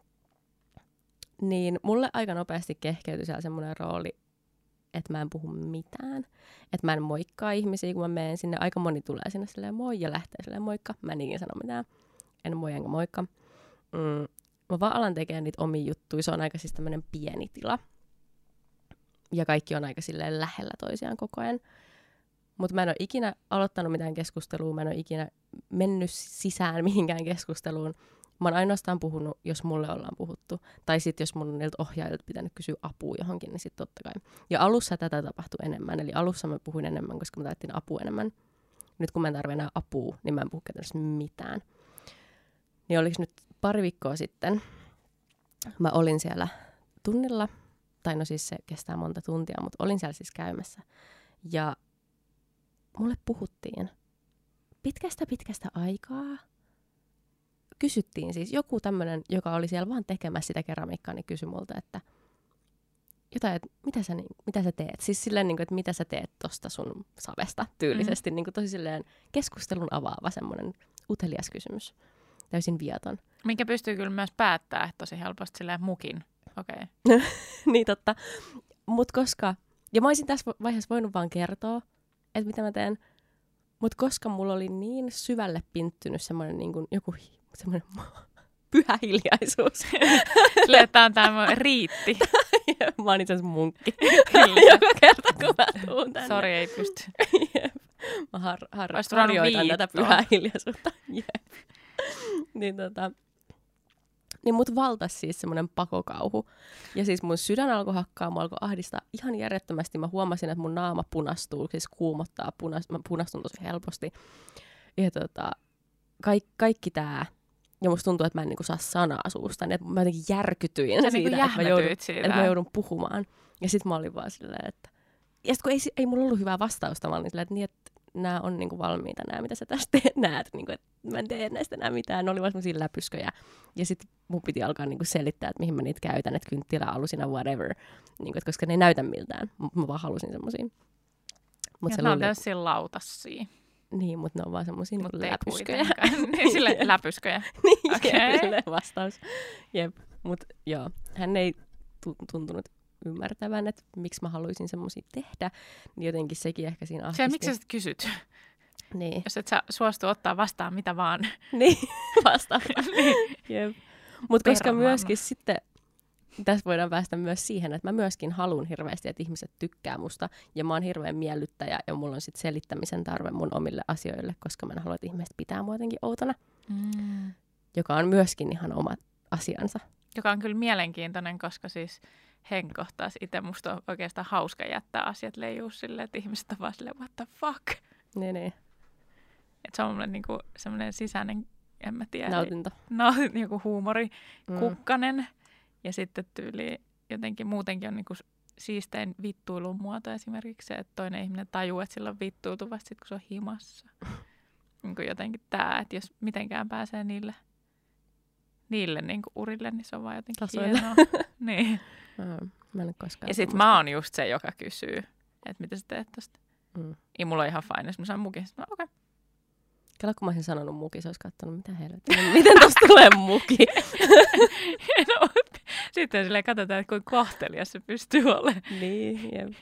niin mulle aika nopeasti kehkeytyi siellä semmoinen rooli, että mä en puhu mitään. Että mä en moikkaa ihmisiä, kun mä menen sinne. Aika moni tulee sinne silleen moi ja lähtee silleen moikka. Mä en ikinä sano mitään. En moi enkä moikka. Mm, mä vaan alan tekemään niitä omia juttuja. Se on aika siis tämmöinen pieni tila. ja kaikki on aika silleen lähellä toisiaan koko ajan. Mutta mä en ole ikinä aloittanut mitään keskustelua, mä en ole ikinä mennyt sisään mihinkään keskusteluun. Mä oon ainoastaan puhunut, jos mulle ollaan puhuttu. Tai sitten jos mun on niiltä ohjaajilta pitänyt kysyä apua johonkin, niin sitten totta kai. Ja alussa tätä tapahtui enemmän. Eli alussa mä puhuin enemmän, koska mä tarvitsin apua enemmän. Nyt kun mä en tarvitse enää apua, niin mä en puhu käytännössä mitään. Niin oliko nyt pari viikkoa sitten, mä olin siellä tunnilla. Tai no siis se kestää monta tuntia, mutta olin siellä siis käymässä. Ja mulle puhuttiin pitkästä pitkästä aikaa. Kysyttiin siis, joku tämmöinen, joka oli siellä vaan tekemässä sitä keramiikkaa, niin kysyi multa, että jotain, että mitä sä, mitä sä teet? Siis silleen, niin kuin, että mitä sä teet tosta sun savesta tyylisesti. Mm. Niin kuin tosi silleen keskustelun avaava semmoinen utelias kysymys. Täysin viaton. Minkä pystyy kyllä myös päättämään tosi helposti silleen mukin. Okei. Okay. Niin totta. Mut koska, ja mä olisin tässä vaiheessa voinut vaan kertoa, että mitä mä teen, mutta koska mulla oli niin syvälle pinttynyt semmoinen niin kuin joku semmoinen pyhä hiljaisuus. Silleen, että on tämmöinen riitti. Mä oon itse asiassa munkki. Joka kerta, kun mä tuun tänne. Sori, ei pysty. Mä har, har, harjoitan tätä pyhää hiljaisuutta. Niin tota... Niin mut valtasi siis semmoinen pakokauhu. Ja siis mun sydän alkoi hakkaa, mua alkoi ahdistaa ihan järjettömästi. Mä huomasin, että mun naama punastuu, siis kuumottaa, punas, mä punastun tosi helposti. Ja tota, kaik, kaikki tää. Ja musta tuntuu, että mä en niinku saa sanaa suusta. Niin mä jotenkin järkytyin ja siitä, niin että, mä joudun, siitä. että mä joudun puhumaan. Ja sit mä olin vaan silleen, että... Ja sit kun ei, ei mulla ollut hyvää vastausta, mä olin silleen, että niin, että nämä on niinku valmiita, nämä mitä sä tästä teet, näet, niinku, että mä en tee näistä enää mitään. Ne oli vaan semmosia läpysköjä. Ja sitten mun piti alkaa niinku selittää, että mihin mä niitä käytän, että kynttiläalusina, whatever. Niinku, että koska ne ei näytä miltään. Mä vaan halusin semmosia. Mut ja ne on täysin lautassia. Niin, mutta ne on vaan semmosia niinku läpysköjä. Niin, silleen läpysköjä. Niin, okei. Okay. Vastaus. Jep, mut joo. Hän ei tuntunut ymmärtävän, että miksi mä haluaisin semmosia tehdä. Niin jotenkin sekin ehkä siinä ahdisti. Se, miksi sä sit kysyt? Niin. Jos et sä suostu ottaa vastaan mitä vaan. Niin, vastaan. Niin. Jep. Mutta koska myöskin sitten, tässä voidaan päästä myös siihen, että mä myöskin haluan hirveästi, että ihmiset tykkää musta. Ja mä oon hirveän miellyttäjä ja mulla on sitten selittämisen tarve mun omille asioille, koska mä en halua, että ihmiset pitää mua jotenkin outona. Mm. Joka on myöskin ihan oma asiansa. Joka on kyllä mielenkiintoinen, koska siis henkkohtaisi itse musta on oikeastaan hauska jättää asiat leijuu silleen, että ihmiset on vaan silleen, what the fuck? Niin, niin. Että se on mulle niinku semmoinen sisäinen, en mä tiedä. Nautinto. No, joku huumori, mm. kukkanen. Ja sitten tyyli jotenkin muutenkin on niinku siistein vittuilun muoto esimerkiksi se, että toinen ihminen tajuu, että sillä on vittuiltu vasta sit, kun se on himassa. Niinku jotenkin tää, että jos mitenkään pääsee niille, niille niinku urille, niin se on vaan jotenkin tasoille. Hienoa. Niin. Mm, mä en koskaan ja sit mä oon just se, joka kysyy, että mitä sä teet tosta. Mm. Ja mulla on ihan fine, jos mä saan mukin. Sitten mä okei. Okay. Kela, kun mä olisin sanonut muki, se olisi katsonut, mitä helvettiä. Miten tosta tulee muki? No, sitten silleen katsotaan, että kuinka kohtelias se pystyy olemaan. Niin, jep.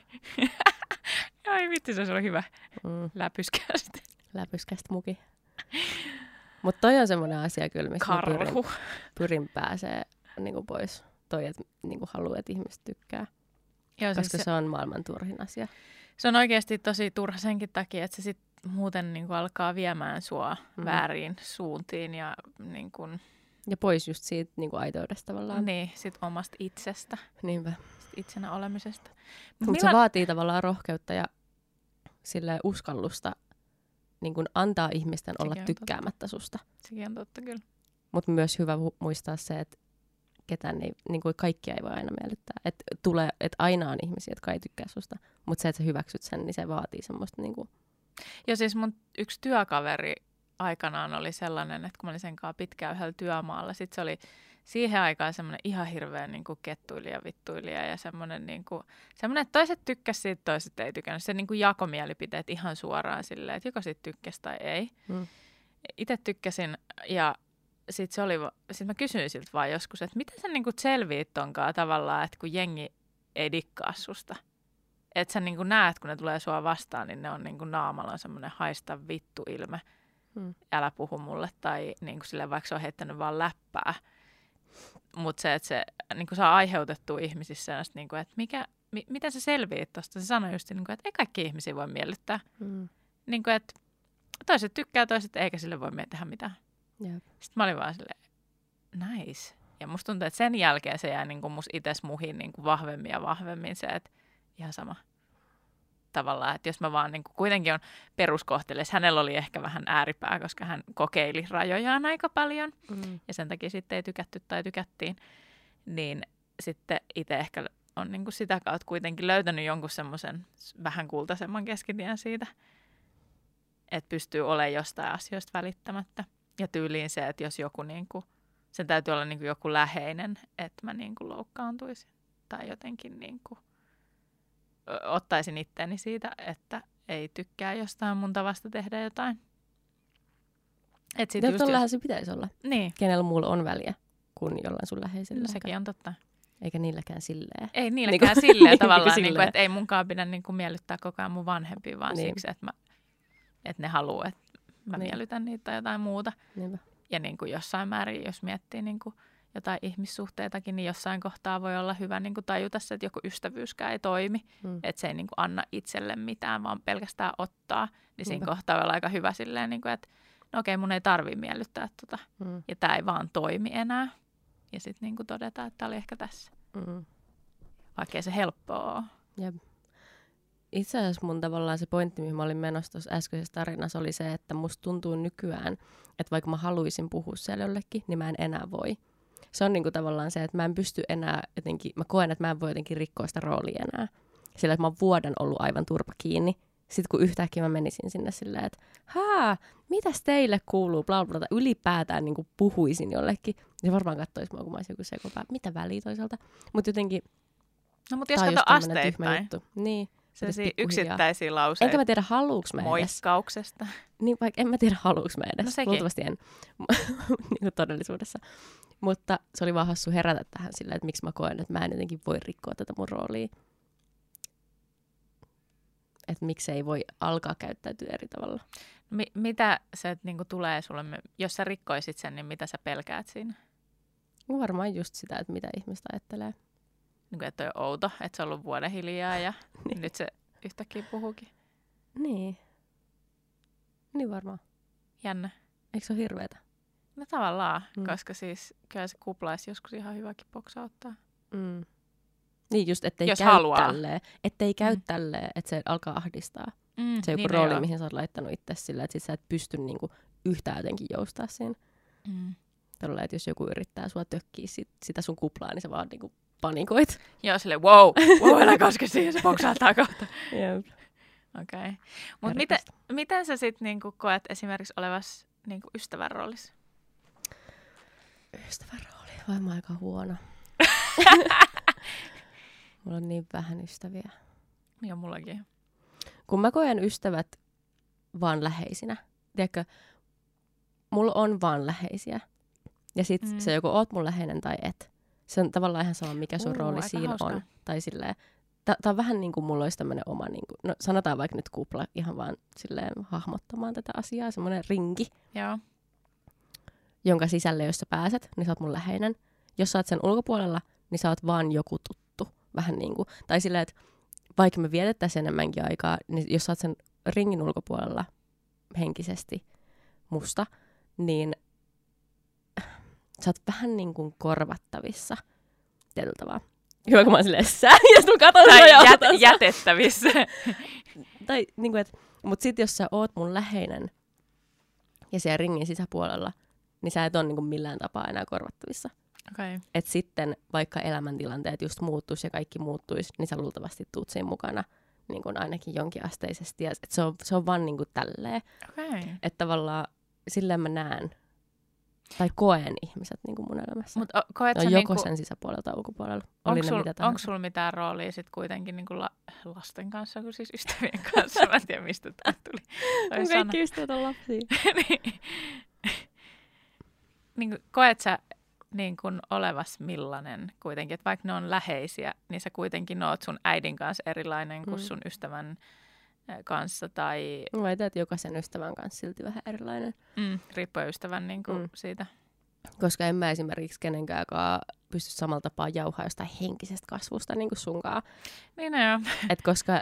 Ai vitsi, se olisi ollut hyvä mm. läpyskästä. Läpyskästä muki. Mutta toi on semmoinen asia kyllä, missä mä pyrin, pyrin pääsee niinku pois. Toi, että niinku haluaa, että ihmiset tykkää. Joo, koska siis se, se on maailman turhin asia. Se on oikeasti tosi turha senkin takia, että se sit muuten niinku alkaa viemään sua mm. vääriin suuntiin ja niin kun... Ja pois just siitä niinku aitoudesta tavallaan. Niin, sit omasta itsestä. Niinpä. Sit itsenä olemisesta. Mutta Mut se vaatii tavallaan rohkeutta ja silleen uskallusta niin kun antaa ihmisten Sekin olla tykkäämättä totta. Susta. Sekin on totta kyllä. Mutta myös hyvä hu- muistaa se, että ketään ei, niin kuin kaikkia ei voi aina miellyttää. Että et aina on ihmisiä, jotka ei tykkää susta. Mutta se, että sä hyväksyt sen, niin se vaatii semmoista niin kuin... Ja siis mun yksi työkaveri aikanaan oli sellainen, että kun mä olin sen kanssa pitkään yhdellä työmaalla, sit se oli siihen aikaan semmoinen ihan hirveä niin kuin kettuilija, vittuilija ja semmoinen, niin kuin, semmoinen, että toiset tykkäs siitä, toiset ei tykännyt. Se niin kuin jakomielipiteet ihan suoraan silleen, että joko siitä tykkäsi tai ei. Mm. Itse tykkäsin ja sitten se oli, sit mä kysyin siltä vaan joskus, että miten sä niin kuin selviit tonkaan tavallaan, että kun jengi ei dikkaa susta. Että sä niin kuin näet, kun ne tulee sua vastaan, niin ne on niin kuin naamalla on semmoinen haista vittu ilme. Hmm. Älä puhu mulle. Tai niin kuin silleen, vaikka se on heittänyt vaan läppää. Mutta se, että se niin kuin saa aiheutettua ihmisissä sellaista, niin kuin, että mikä, mi- miten sä selviit tosta? Se sanoi just, niin kuin, että ei kaikki ihmisiä voi miellyttää. Mm. Niin kuin, että toiset tykkää, toiset eikä sille voi tehdä mitään. Jep. Sitten mä olin vaan silleen, nice. Ja musta tuntuu, että sen jälkeen se jäi niin kuin musta itse muihin niin kuin vahvemmin ja vahvemmin se, että ihan sama tavallaan, että jos mä vaan niin kuin kuitenkin on peruskohteles, hänellä oli ehkä vähän ääripää, koska hän kokeili rajojaan aika paljon Mm. ja sen takia sitten ei tykätty tai tykättiin, niin sitten itse ehkä on niin kuin sitä kautta kuitenkin löytänyt jonkun semmoisen vähän kultaisemman keskitien siitä, että pystyy olemaan jostain asioista välittämättä. Ja tyyliin se, että jos joku, niin kuin, sen täytyy olla niin kuin joku läheinen, että mä niin kuin loukkaantuisin tai jotenkin niin kuin ottaisin itteeni siitä, että ei tykkää jostain mun tavasta tehdä jotain. Et sit Ja just tollahan jos... se pitäisi olla. Niin, Kenellä muulla on väliä kuin jollain sun läheisellä. no, sekin on totta. Eikä niilläkään silleen. Ei niilläkään niin silleen niin tavallaan, silleen. niin kuin, että ei munkaan pidä niin kuin miellyttää koko ajan mun vanhempia, vaan Niin. siksi, että, mä, että ne haluaa, että mä Niin. miellytän niitä tai jotain muuta. Niinpä. Ja niin kuin jossain määrin, jos miettii niin kuin jotain ihmissuhteitakin, niin jossain kohtaa voi olla hyvä niin kuin tajuta se, että joku ystävyyskään ei toimi. Mm. Että se ei niin kuin anna itselle mitään, vaan pelkästään ottaa. Niin siinä Niinpä. kohtaa voi olla aika hyvä silleen, niin kuin, että no okei, mun ei tarvii miellyttää tota. Mm. Ja tämä ei vaan toimi enää. Ja sitten niin kuin todetaan, että tämä oli ehkä tässä. Mm. Vaikkei se helppoa ole. Jep. Itse asiassa mun tavallaan se pointti, mihin mä olin menossa tuossa äskeisessä tarinassa, oli se, että musta tuntuu nykyään, että vaikka mä haluaisin puhua siellä jollekin, niin mä en enää voi. Se on niinku tavallaan se, että mä en pysty enää jotenkin, mä koen, että mä en voi jotenkin rikkoa sitä roolia enää. Sillä, että mä oon vuoden ollut aivan turpa kiinni. Sitten kun yhtäkkiä mä menisin sinne silleen, että haa, mitäs teille kuuluu, bla bla bla, ylipäätään niin kuin puhuisin jollekin. Ja varmaan katsoisi mua, kun mä olisin joku sekopää. Mitä väliä toisaalta? Mutta jotenkin, No mutta jos tää on katsoo just tämmönen tyhmä asteittain, juttu. Niin. sellaisia pikkuhiljaa. yksittäisiä lauseita Enkä mä tiedä, haluuks mä edes. moikkauksesta. Niin, vaikka en mä tiedä, haluuks mä edes. No sekin. Luultavasti en niin kuin todellisuudessa. Mutta se oli vaan hassu herätä tähän silleen, että miksi mä koen, että mä en jotenkin voi rikkoa tätä mun roolia. Että miksi ei voi alkaa käyttäytyä eri tavalla. Mi- mitä se niinku tulee sulle, jos sä rikkoisit sen, niin mitä sä pelkäät siinä? No varmaan just sitä, että mitä ihmistä ajattelee. Niin kuin, että on outo, että se on ollut vuoden hiljaa ja nyt se yhtäkkiä puhuukin. Niin. Niin varmaan. Jännä. Eikö se ole hirveetä? No tavallaan, Mm. mm. koska siis kyllä se kuplaisi joskus ihan hyväkin poksauttaa. Mm. Niin just, ettei Jos käy haluaa. tälleen. Ettei käy Mm. tälleen, että se alkaa ahdistaa. Mm, Se on joku niin rooli, joo. mihin sä oot laittanut itse sillä, että sit sä et pysty niinku yhtään jotenkin joustaa siinä. Mm. Todella, että jos joku yrittää sua tökkiä sit, sitä sun kuplaa, niin sä vaan niinku panikoit. Joo, silleen wow, wow, älä koske siihen, se poksauttaa kohta. Jep. Okei. Okay. Mutta miten, miten sä sitten niinku koet esimerkiksi olevas niinku ystävän roolissa? Ystävän rooli. Vai mä oon aika huono. Mulla on niin vähän ystäviä. Joo, mullakin. Kun mä koen ystävät vaan läheisinä. Tiedätkö, mulla on vaan läheisiä. Ja sit Mm. mm. se joko oot mun läheinen tai et. Se on tavallaan ihan sama, mikä sun Uu, rooli aika siinä hauskaa. on. Tai silleen, tää tää on vähän niin kuin mulla olisi tämmönen oma, niin kuin, no sanotaan vaikka nyt kupla ihan vaan silleen hahmottamaan tätä asiaa. Semmoinen ringi, Joo. jonka sisälle, jos sä pääset, niin sä oot mun läheinen. Jos sä oot sen ulkopuolella, niin sä oot vaan joku tuttu. Vähän niin kuin, tai silleen, että vaikka me vietettäisiin enemmänkin aikaa, niin jos sä oot sen ringin ulkopuolella henkisesti musta, niin sä oot vähän niin kuin korvattavissa tietyllä tavalla. Hyvä, kun mä oon silleen sä, ja sitten mä katon Tai sua ja jät, otan sua. jätettävissä. Tai niin kuin, että, mut sit jos sä oot mun läheinen ja siellä ringin sisäpuolella, niin sä et ole niin kuin millään tapaa enää korvattavissa. Okei. Okay. Että sitten vaikka elämäntilanteet just muuttuisi ja kaikki muuttuisi, niin sä luultavasti tuut siinä mukana niin kuin ainakin jonkinasteisesti. Ja et se, on, se on vaan niin kuin tälleen. Okei. Okay. Että tavallaan silleen mä näen tai koen ihmiset niin kuin mun elämässä. Mutta koet No sä joko niinku, sen sisäpuolella tai ulkopuolella. Oli onko ne sul, mitä tahansa. onko sulla mitään roolia sit kuitenkin niinku la, lasten kanssa, kuin siis ystävien kanssa? Mä en tiedä, mistä tää tuli. toi Mun sana. kaikki ystävät on lapsia. niin. niin kuin, koet sä niin kuin olevas millainen kuitenkin, että vaikka ne on läheisiä, niin sä kuitenkin oot sun äidin kanssa erilainen kuin Mm. sun ystävän äh, kanssa tai Mä väitän, että jokaisen ystävän kanssa silti vähän erilainen. mm, riippuen ystävän niin kuin Mm. siitä. Koska en mä esimerkiksi kenenkään pysty samalla tapaa jauhaa jostain henkisestä kasvusta niin kuin sunkaan. Niin joo. Et koska,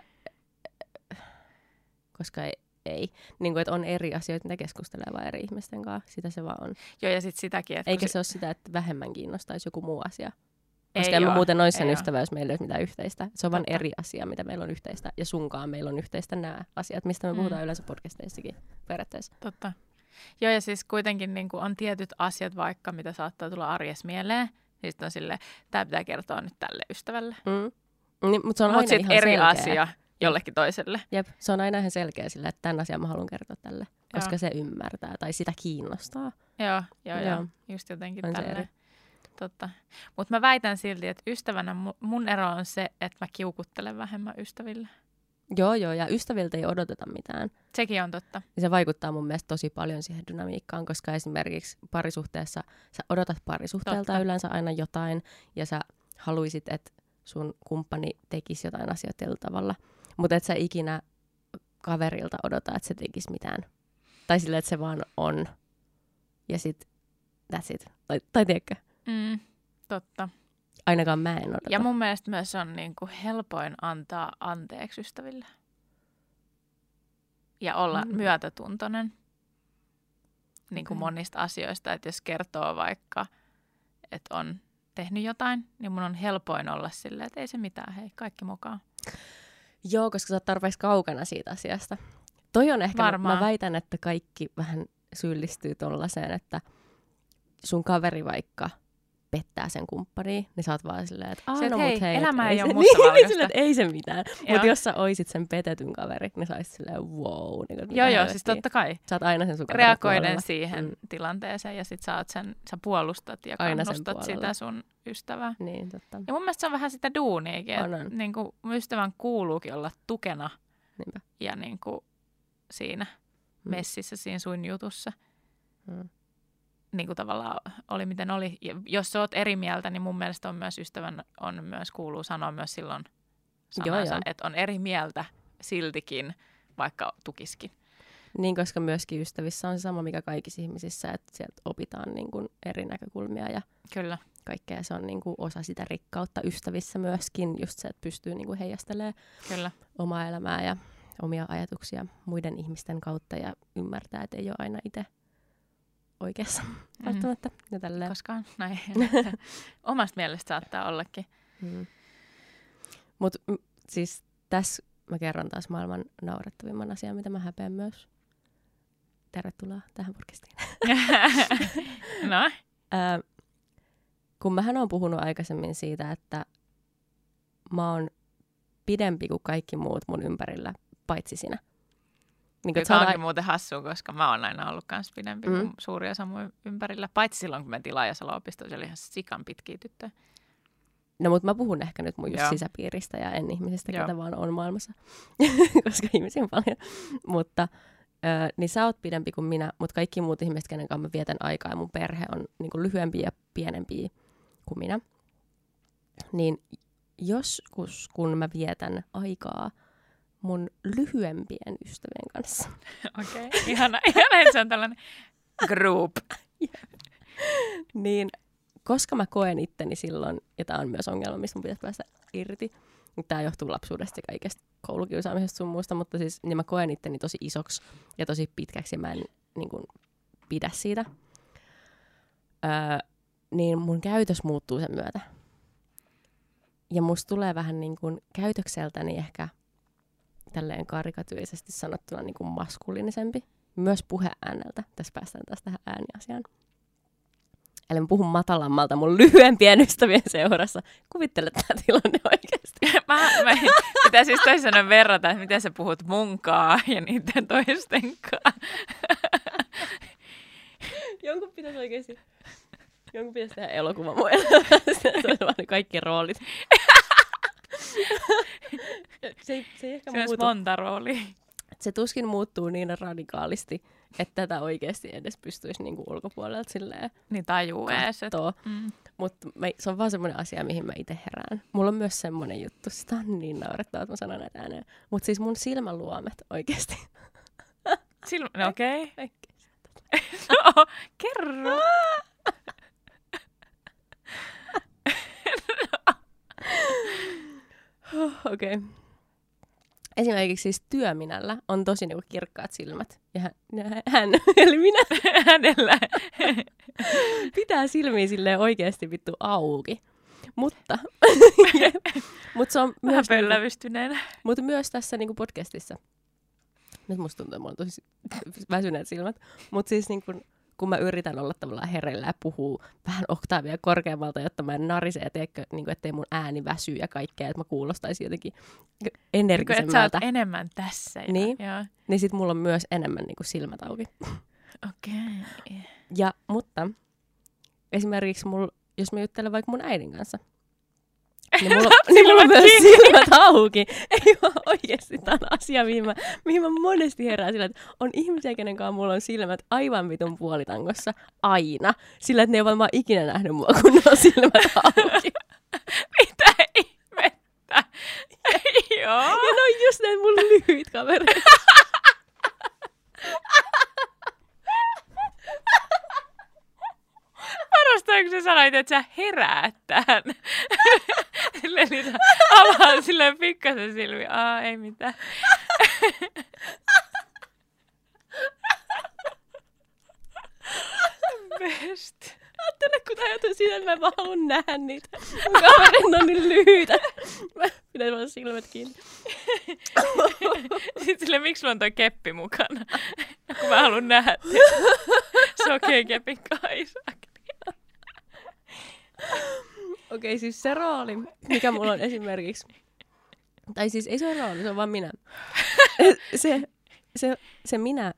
koska ei, ei. Niin kuin, että on eri asioita, mitä keskustelee vaan eri ihmisten kanssa. Sitä se vaan on. Joo, ja sitten sitäkin. Että eikä se se ole sitä, että vähemmän kiinnostaisi joku muu asia. Koska ei emme oo, muuten olisi sen ei ystävä, jos meillä ei ole mitään yhteistä. Se on vain Totta. eri asia, mitä meillä on yhteistä. Ja sunkaan meillä on yhteistä nämä asiat, mistä me Mm. puhutaan yleensä podcasteissakin periaatteessa. Totta. Joo, ja siis kuitenkin niin kuin on tietyt asiat vaikka, mitä saattaa tulla arjessa mieleen. Niin sitten on silleen, tämä pitää kertoa nyt tälle ystävälle. Mm. Niin, mutta se on Mut aina sit ihan eri selkeä. asia jollekin toiselle. Jep, se on aina ihan selkeä sillä, että tämän asian mä haluan kertoa tälle. Koska Joo. se ymmärtää tai sitä kiinnostaa. Joo, joo, joo. Joo. Just jotenkin On se tälleen. eri. Totta. Mutta mä väitän silti, että ystävänä mu- mun ero on se, että mä kiukuttelen vähemmän ystäville. Joo, joo, ja ystäviltä ei odoteta mitään. Sekin on totta. Ja se vaikuttaa mun mielestä tosi paljon siihen dynamiikkaan, koska esimerkiksi parisuhteessa sä odotat parisuhteelta Totta. yleensä aina jotain, ja sä haluisit, että sun kumppani tekisi jotain asioita tällä tavalla. Mutta et sä ikinä kaverilta odota, että se tekisi mitään. Tai silleen, että se vaan on. Ja sit, that's it. Tai, tai tiedätkö? Mm, totta. Ainakaan mä en odota. Ja mun mielestä myös on niinku helpoin antaa anteeksi ystäville. Ja olla Mm. mm. myötätuntoinen niinku Okei. monista asioista. Että jos kertoo vaikka, että on tehnyt jotain, niin mun on helpoin olla silleen, että ei se mitään, hei, kaikki mukaan. Joo, koska sä oot tarpeeksi kaukana siitä asiasta. Toi on ehkä, Varmaan. mä väitän, että kaikki vähän syyllistyy tollaiseen, että sun kaveri vaikka pettää sen kumppaniin, niin sä oot vaan silleen, että aah, Se, no hei, mut hei, et elämä ei se, oo niin, mustavalkoista. silleen, että ei se mitään. Joo. Mutta jos sä oisit sen petetyn kaveri, niin sä oisit silleen, wow. Niin kuin, Joo, joo, siis totta kai. Sä oot aina sen sun kaverin Reagoiden puolella. siihen Mm. tilanteeseen ja sit sä, oot sen, sä puolustat ja Aina sen kannustat puolella. sitä sun ystävää. Niin, totta. Ja mun mielestä se on vähän sitä duuniikin, On, että on. niin kuin mun ystävän kuuluukin olla tukena Niinpä. ja niin kuin siinä Mm. messissä, siinä sun jutussa. Mm. Niin kuin tavallaan oli miten oli. Ja jos sä oot eri mieltä, niin mun mielestä on myös ystävän, on myös kuuluu sanoa myös silloin sanansa, joo. että on eri mieltä siltikin, vaikka tukiskin. Niin, koska myöskin ystävissä on se sama, mikä kaikissa ihmisissä, että sieltä opitaan niin kuin eri näkökulmia ja Kyllä. kaikkea. Se on niin kuin osa sitä rikkautta ystävissä myöskin, just se, että pystyy niin kuin heijastelemaan Kyllä. omaa elämää ja omia ajatuksia muiden ihmisten kautta ja ymmärtää, että ei ole aina itse oikeassa mm. välttämättä. Ja tälleen. Koskaan näin. Omasta mielestä saattaa ollakin. Mm. Mutta m- siis tässä mä kerron taas maailman naurettavimman asian, mitä mä häpeän myös. Tervetuloa tähän podcastiin. No? Ää, kun mähän oon puhunut aikaisemmin siitä, että mä oon pidempi kuin kaikki muut mun ympärillä, paitsi sinä. Niin, Joka on onkin ai- muuten hassua, koska mä oon aina ollut kans pidempi mm. kuin suuri osa mun ympärillä. Paitsi silloin, kun me Tilaajasalo-opistoon, se oli ihan sikan pitkiä tyttöjä. No, mutta mä puhun ehkä nyt mun just Joo. sisäpiiristä ja en ihmisistä, Joo. ketä vaan on maailmassa, koska ihmisiä on paljon. Mutta ö, niin sä oot pidempi kuin minä, mutta kaikki muut ihmiset, kenen kanssa mä vietän aikaa ja mun perhe on niin kuin lyhyempiä ja pienempiä kuin minä. Niin joskus, kun mä vietän aikaa mun lyhyempien ystävien kanssa, Okei, okay. ihana, ihana, että se on tällainen group. niin koska mä koen itteni silloin, ja tää on myös ongelma, mistä mun pitäisi päästä irti, tämä johtuu lapsuudesta ja kaikesta koulukiusaamisesta sun muusta, mutta siis niin mä koen itteni tosi isoksi ja tosi pitkäksi, ja mä en niin kuin, pidä siitä, öö, niin mun käytös muuttuu sen myötä. Ja musta tulee vähän niin kuin käytökseltäni ehkä tälleen karikatyisesti sanottuna niin kuin maskuliinisempi. Myös puheääneltä. Tässä päästään taas tähän ääniasiaan. Eli mä puhun matalammalta mun lyhyempien ystävien seurassa. Kuvittele tämä tilanne oikeasti. Mä, mä pitää siis toisena verrata, että miten sä puhut munkaa ja niiden toistenkaan. Jonkun pitäisi oikeasti... Jonkun pitäisi tehdä elokuva mun elämästä. Se on vaan kaikki roolit. se, ei, se ei ehkä Se on muutu. monta roolia. Se tuskin muuttuu niin radikaalisti, että tätä oikeasti edes pystyisi niinku ulkopuolelta silleen Niin tajuu ees. et- kattoo. Mm. Mutta se on vaan semmoinen asia, mihin mä itse herään. Mulla on myös semmoinen juttu, sitä on niin naurettavaa, että mä sanon näitä ääneen. Mutta siis mun silmäluomet oikeasti. Silmä, no okei. Okay. No, kerro. Okei. Okay. Esimerkiksi siis työminällä on tosi niinku kirkkaat silmät. Ja hän, hän eli minä Hänellä. pitää silmiä silleen oikeasti vittu auki. Mutta, mut se on Vähän myös, pöllävystyneenä. mutta myös tässä niinku podcastissa. Nyt musta tuntuu, että mulla on tosi väsyneet silmät. Mutta siis niinku, kun mä yritän olla tavallaan hereillä ja puhuu vähän oktaavia korkeammalta, jotta mä en narise, ja teekö, niin ettei mun ääni väsy ja kaikkea, että mä kuulostaisin jotenkin energisemmältä. Että sä oot enemmän tässä. Ja, niin, joo. niin sit mulla on myös enemmän niin kuin silmät auki. Okei. Okay. Ja, mutta esimerkiksi mulla, jos mä juttelen vaikka mun äidin kanssa, niin mulla, niin mulla on myös silmät auki. Ei vaan oikeasti, tämä on asia, mihin mä, mihin mä monesti herään sillä, että on ihmisiä, kenen kanssa mulla on silmät aivan vitun puolitangossa aina. Sillä, että ne ei varmaan ikinä nähnyt mua, kun ne on silmät auki. Mitä ihmettä? Joo. Ja ne on just näitä mun lyhyit kavereita. Varostaanko sä sanoit, että sä heräät tähän? Silleen niin sä avaat silleen pikkasen silmiä. Aa, ei mitään. Best. Ajattele, kun tää johtuu siitä, että mä en vaan halun nähdä niitä. Mun kaverit on niin lyhyitä. Mä pidän vaan silmät kiinni. Sitten silleen, miksi sulla on toi keppi mukana? Kun mä haluan nähdä sokea kepin kaisak. Okei, okay, siis se rooli, mikä mulla on esimerkiksi, tai siis ei se ole rooli, se on vaan minä. Se, se, se minä,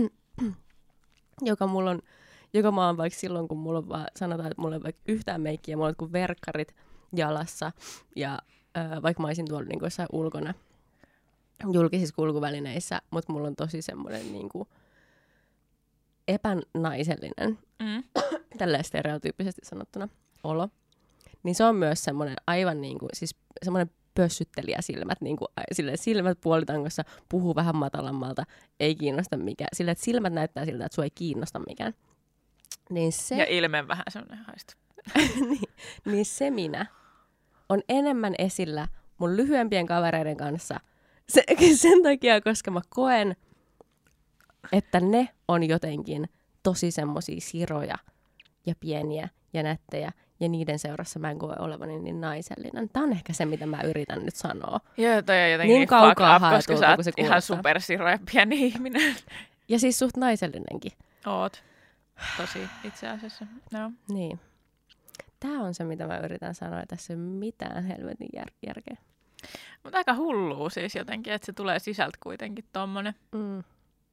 joka mulla on, joka mä oon vaikka silloin, kun mulla on vaan, sanotaan, että mulla on vaikka yhtään meikkiä, mulla on kuin verkkarit jalassa, ja äh, vaikka mä olisin tuolla niin kuin jossain ulkona julkisissa kulkuvälineissä, mutta mulla on tosi semmoinen niin kuin epänaisellinen, mm. tälleen stereotyyppisesti sanottuna, olo. Niin se on myös semmoinen aivan niin kuin, siis semmoinen pössyttelijä silmät, niin kuin, silleen, silmät puolitangossa, puhuu vähän matalammalta, ei kiinnosta mikään. Silleen, että silmät näyttää siltä, että sua ei kiinnosta mikään. Niin se, ja ilme vähän semmoinen haistu. niin, niin se minä on enemmän esillä mun lyhyempien kavereiden kanssa se, sen takia, koska mä koen, että ne on jotenkin tosi semmosia siroja ja pieniä ja nättejä, ja niiden seurassa mä en koe olevani niin naisellinen. Tämä on ehkä se, mitä mä yritän nyt sanoa. Joo, toi on jotenkin niin kaukaa fuck up, koska sä oot se ihan supersiro ja pieni ihminen. Ja siis suht naisellinenkin. Oot. Tosi itse asiassa. No. Niin. Tämä on se, mitä mä yritän sanoa, että tässä ei ole mitään helvetin jär- järkeä. Mutta aika hullua siis jotenkin, että se tulee sisältä kuitenkin tommonen. Mm.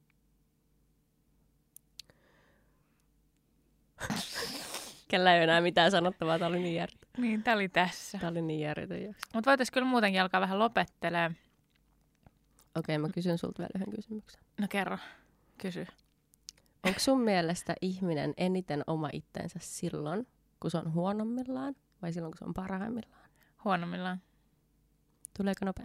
Kellä ei ole enää mitään sanottavaa, tää oli niin järjetön. Niin, tää oli tässä. Tää oli niin järjetön jakso. Mutta voitaisiin kyllä muutenkin alkaa vähän lopettelemaan. Okei, mä kysyn sulta vielä yhden kysymyksen. No kerro, kysy. Onko sun mielestä ihminen eniten oma itsensä silloin, kun se on huonommillaan, vai silloin, kun se on parhaimmillaan? Huonommillaan. Tuleeko nopea?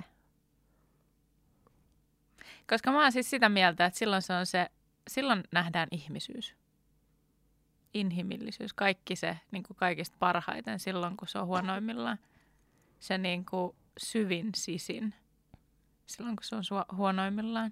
Koska mä oon siis sitä mieltä, että silloin se on se, silloin nähdään ihmisyys. Inhimillisyys, kaikki se niin kuin kaikista parhaiten silloin, kun se on huonoimmillaan. Se niin kuin syvin sisin silloin, kun se on su- huonoimmillaan.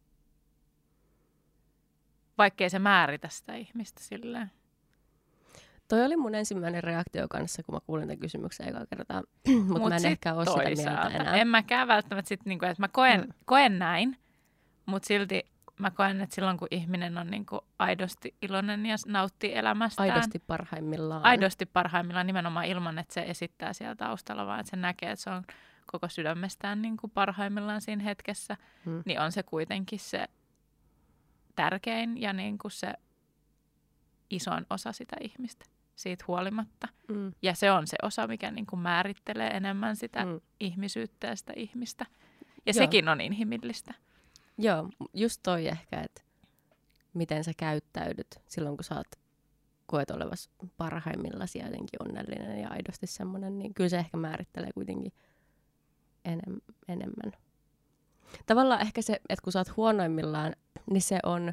Vaikkei se määritä sitä ihmistä silleen. Toi oli mun ensimmäinen reaktio kanssa, kun mä kuulin tämän kysymyksen ekaa kertaa, mutta Mut mä en ehkä ole sitä mieltä enää. En mäkään välttämättä sit, niinku, että mä koen, mm. koen näin, mutta silti mä koen, että silloin kun ihminen on niinku aidosti iloinen ja nauttii elämästään. Aidosti parhaimmillaan. Aidosti parhaimmillaan nimenomaan ilman, että se esittää siellä taustalla, vaan että se näkee, että se on koko sydämestään niinku parhaimmillaan siinä hetkessä. Mm. Niin on se kuitenkin se tärkein ja niinku se isoin osa sitä ihmistä siitä huolimatta. Mm. Ja se on se osa, mikä niinku määrittelee enemmän sitä mm. ihmisyyttä ja sitä ihmistä. Ja Joo. sekin on inhimillistä. Joo, just toi ehkä, että miten sä käyttäydyt silloin, kun sä oot, koet olevasi parhaimmillasi jotenkin onnellinen ja aidosti semmoinen, niin kyllä se ehkä määrittelee kuitenkin enem- enemmän. Tavallaan ehkä se, että kun sä oot huonoimmillaan, niin se on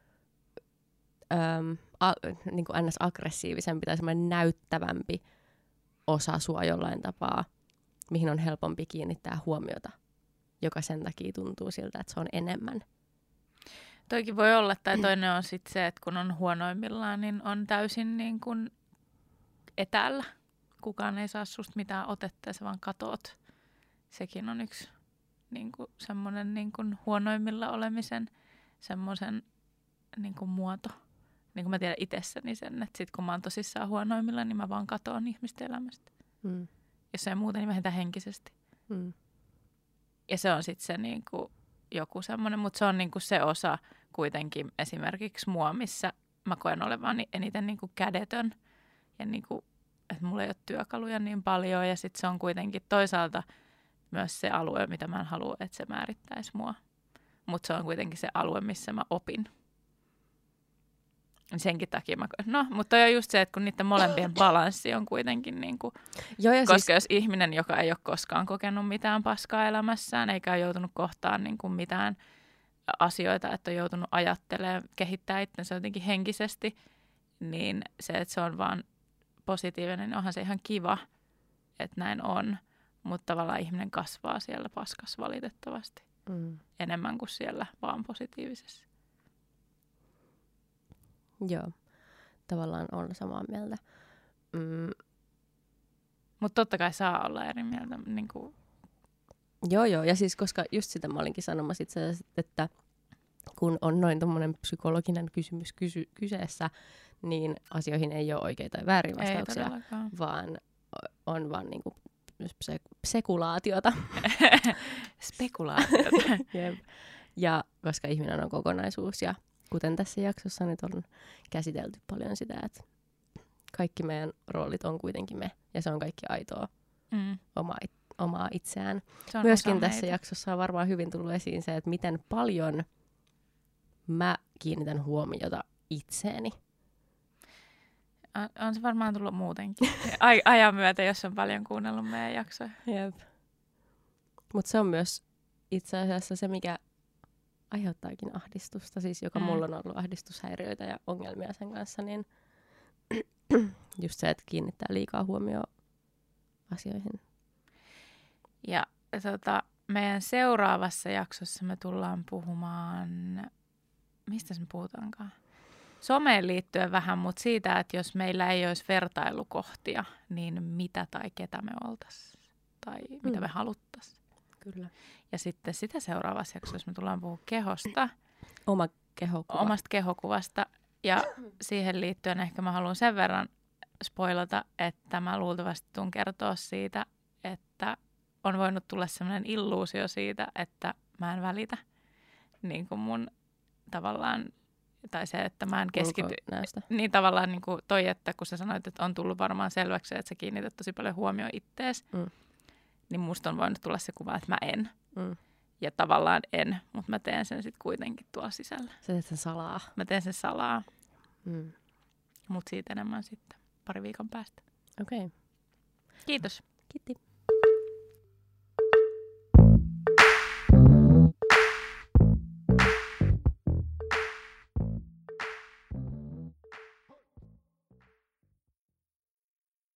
äm, a, niin kuin ns. Aggressiivisempi tai semmoinen näyttävämpi osa sua jollain tapaa. mihin on helpompi kiinnittää huomiota, joka sen takia tuntuu siltä, että se on enemmän. Toikin voi olla, tai toinen on sitten se, että kun on huonoimmillaan, niin on täysin niin kuin etäällä. Kukaan ei saa susta mitään otetta ja sä vaan katoat. Sekin on yksi niin kuin semmoinen niin kuin huonoimmilla olemisen semmoisen niin kuin muoto. Niin kuin mä tiedän itsessäni sen, että sit kun mä oon tosissaan huonoimmilla, niin mä vaan katoan ihmisten elämästä. Mm. Jos ei muuten, niin vähintään henkisesti. Mm. Ja se on sitten se niin kuin joku semmoinen, mutta se on niin kuin se osa kuitenkin esimerkiksi mua, missä mä koen olevani eniten niin kuin kädetön. Ja niin kuin, että mulla ei ole työkaluja niin paljon ja sitten se on kuitenkin toisaalta myös se alue, mitä mä en halua, että se määrittäisi mua. Mutta se on kuitenkin se alue, missä mä opin. Senkin takia mä... No, mutta on just se, että kun niiden molempien balanssi on kuitenkin niin kuin... Joo, koska siis... jos ihminen, joka ei ole koskaan kokenut mitään paskaa elämässään, eikä ole joutunut kohtaan niin kuin mitään asioita, että on joutunut ajattelemaan, kehittää itsensä jotenkin henkisesti, niin se, että se on vaan positiivinen, niin onhan se ihan kiva, että näin on. Mutta tavallaan ihminen kasvaa siellä paskassa valitettavasti mm. enemmän kuin siellä vaan positiivisessa. Joo, tavallaan on samaa mieltä. Mm. Mutta totta kai saa olla eri mieltä. Niin kuin... Joo, joo. Ja siis koska just sitä mä olinkin sanomassa itse asiassa, että kun on noin tommonen psykologinen kysymys kysy- kyseessä, niin asioihin ei ole oikeita tai väärin vastauksia, vaan on vaan niinku se- spekulaatiota. Spekulaatiota. Jep. Ja koska ihminen on kokonaisuus ja kuten tässä jaksossa nyt on käsitelty paljon sitä, että kaikki meidän roolit on kuitenkin me ja se on kaikki aitoa mm. omaa, omaa itseään. Myöskin tässä meitä. Jaksossa on varmaan hyvin tullut esiin se, että miten paljon mä kiinnitän huomiota itseeni. On se varmaan tullut muutenkin. Aj- ajan myötä, jos on paljon kuunnellut meidän jaksoja. Jep. Mutta se on myös itse asiassa se, mikä aiheuttaakin ahdistusta, siis joka mm. mulla on ollut ahdistushäiriöitä ja ongelmia sen kanssa, niin just se, että kiinnittää liikaa huomioon asioihin. Ja tota, meidän seuraavassa jaksossa me tullaan puhumaan, mistä me puhutaankaan? Someen liittyen vähän, mutta siitä, että jos meillä ei olisi vertailukohtia, niin mitä tai ketä me oltaisiin tai mm. mitä me haluttaisiin. Kyllä. Ja sitten sitä seuraavassa jaksossa me tullaan puhumaan kehosta. Oma kehokuva. Omasta kehokuvasta. Ja siihen liittyen ehkä mä haluan sen verran spoilata, että mä luultavasti tuun kertoa siitä, että on voinut tulla sellainen illuusio siitä, että mä en välitä. Niin kuin mun tavallaan, tai se, että mä en keskity. Niin tavallaan niin kuin toi, että kun sä sanoit, että on tullut varmaan selväksi, että sä kiinnität tosi paljon huomioon ittees. Mm. Niin musta on voinut tulla se kuva, että mä en. Mm. Ja tavallaan en, mutta mä teen sen sitten kuitenkin tuolla sisällä. Sä teet sen salaa. Mä teen sen salaa. Mm. Mutta siitä enemmän sitten pari viikon päästä. Okei. Okay. Kiitos. Kiitti.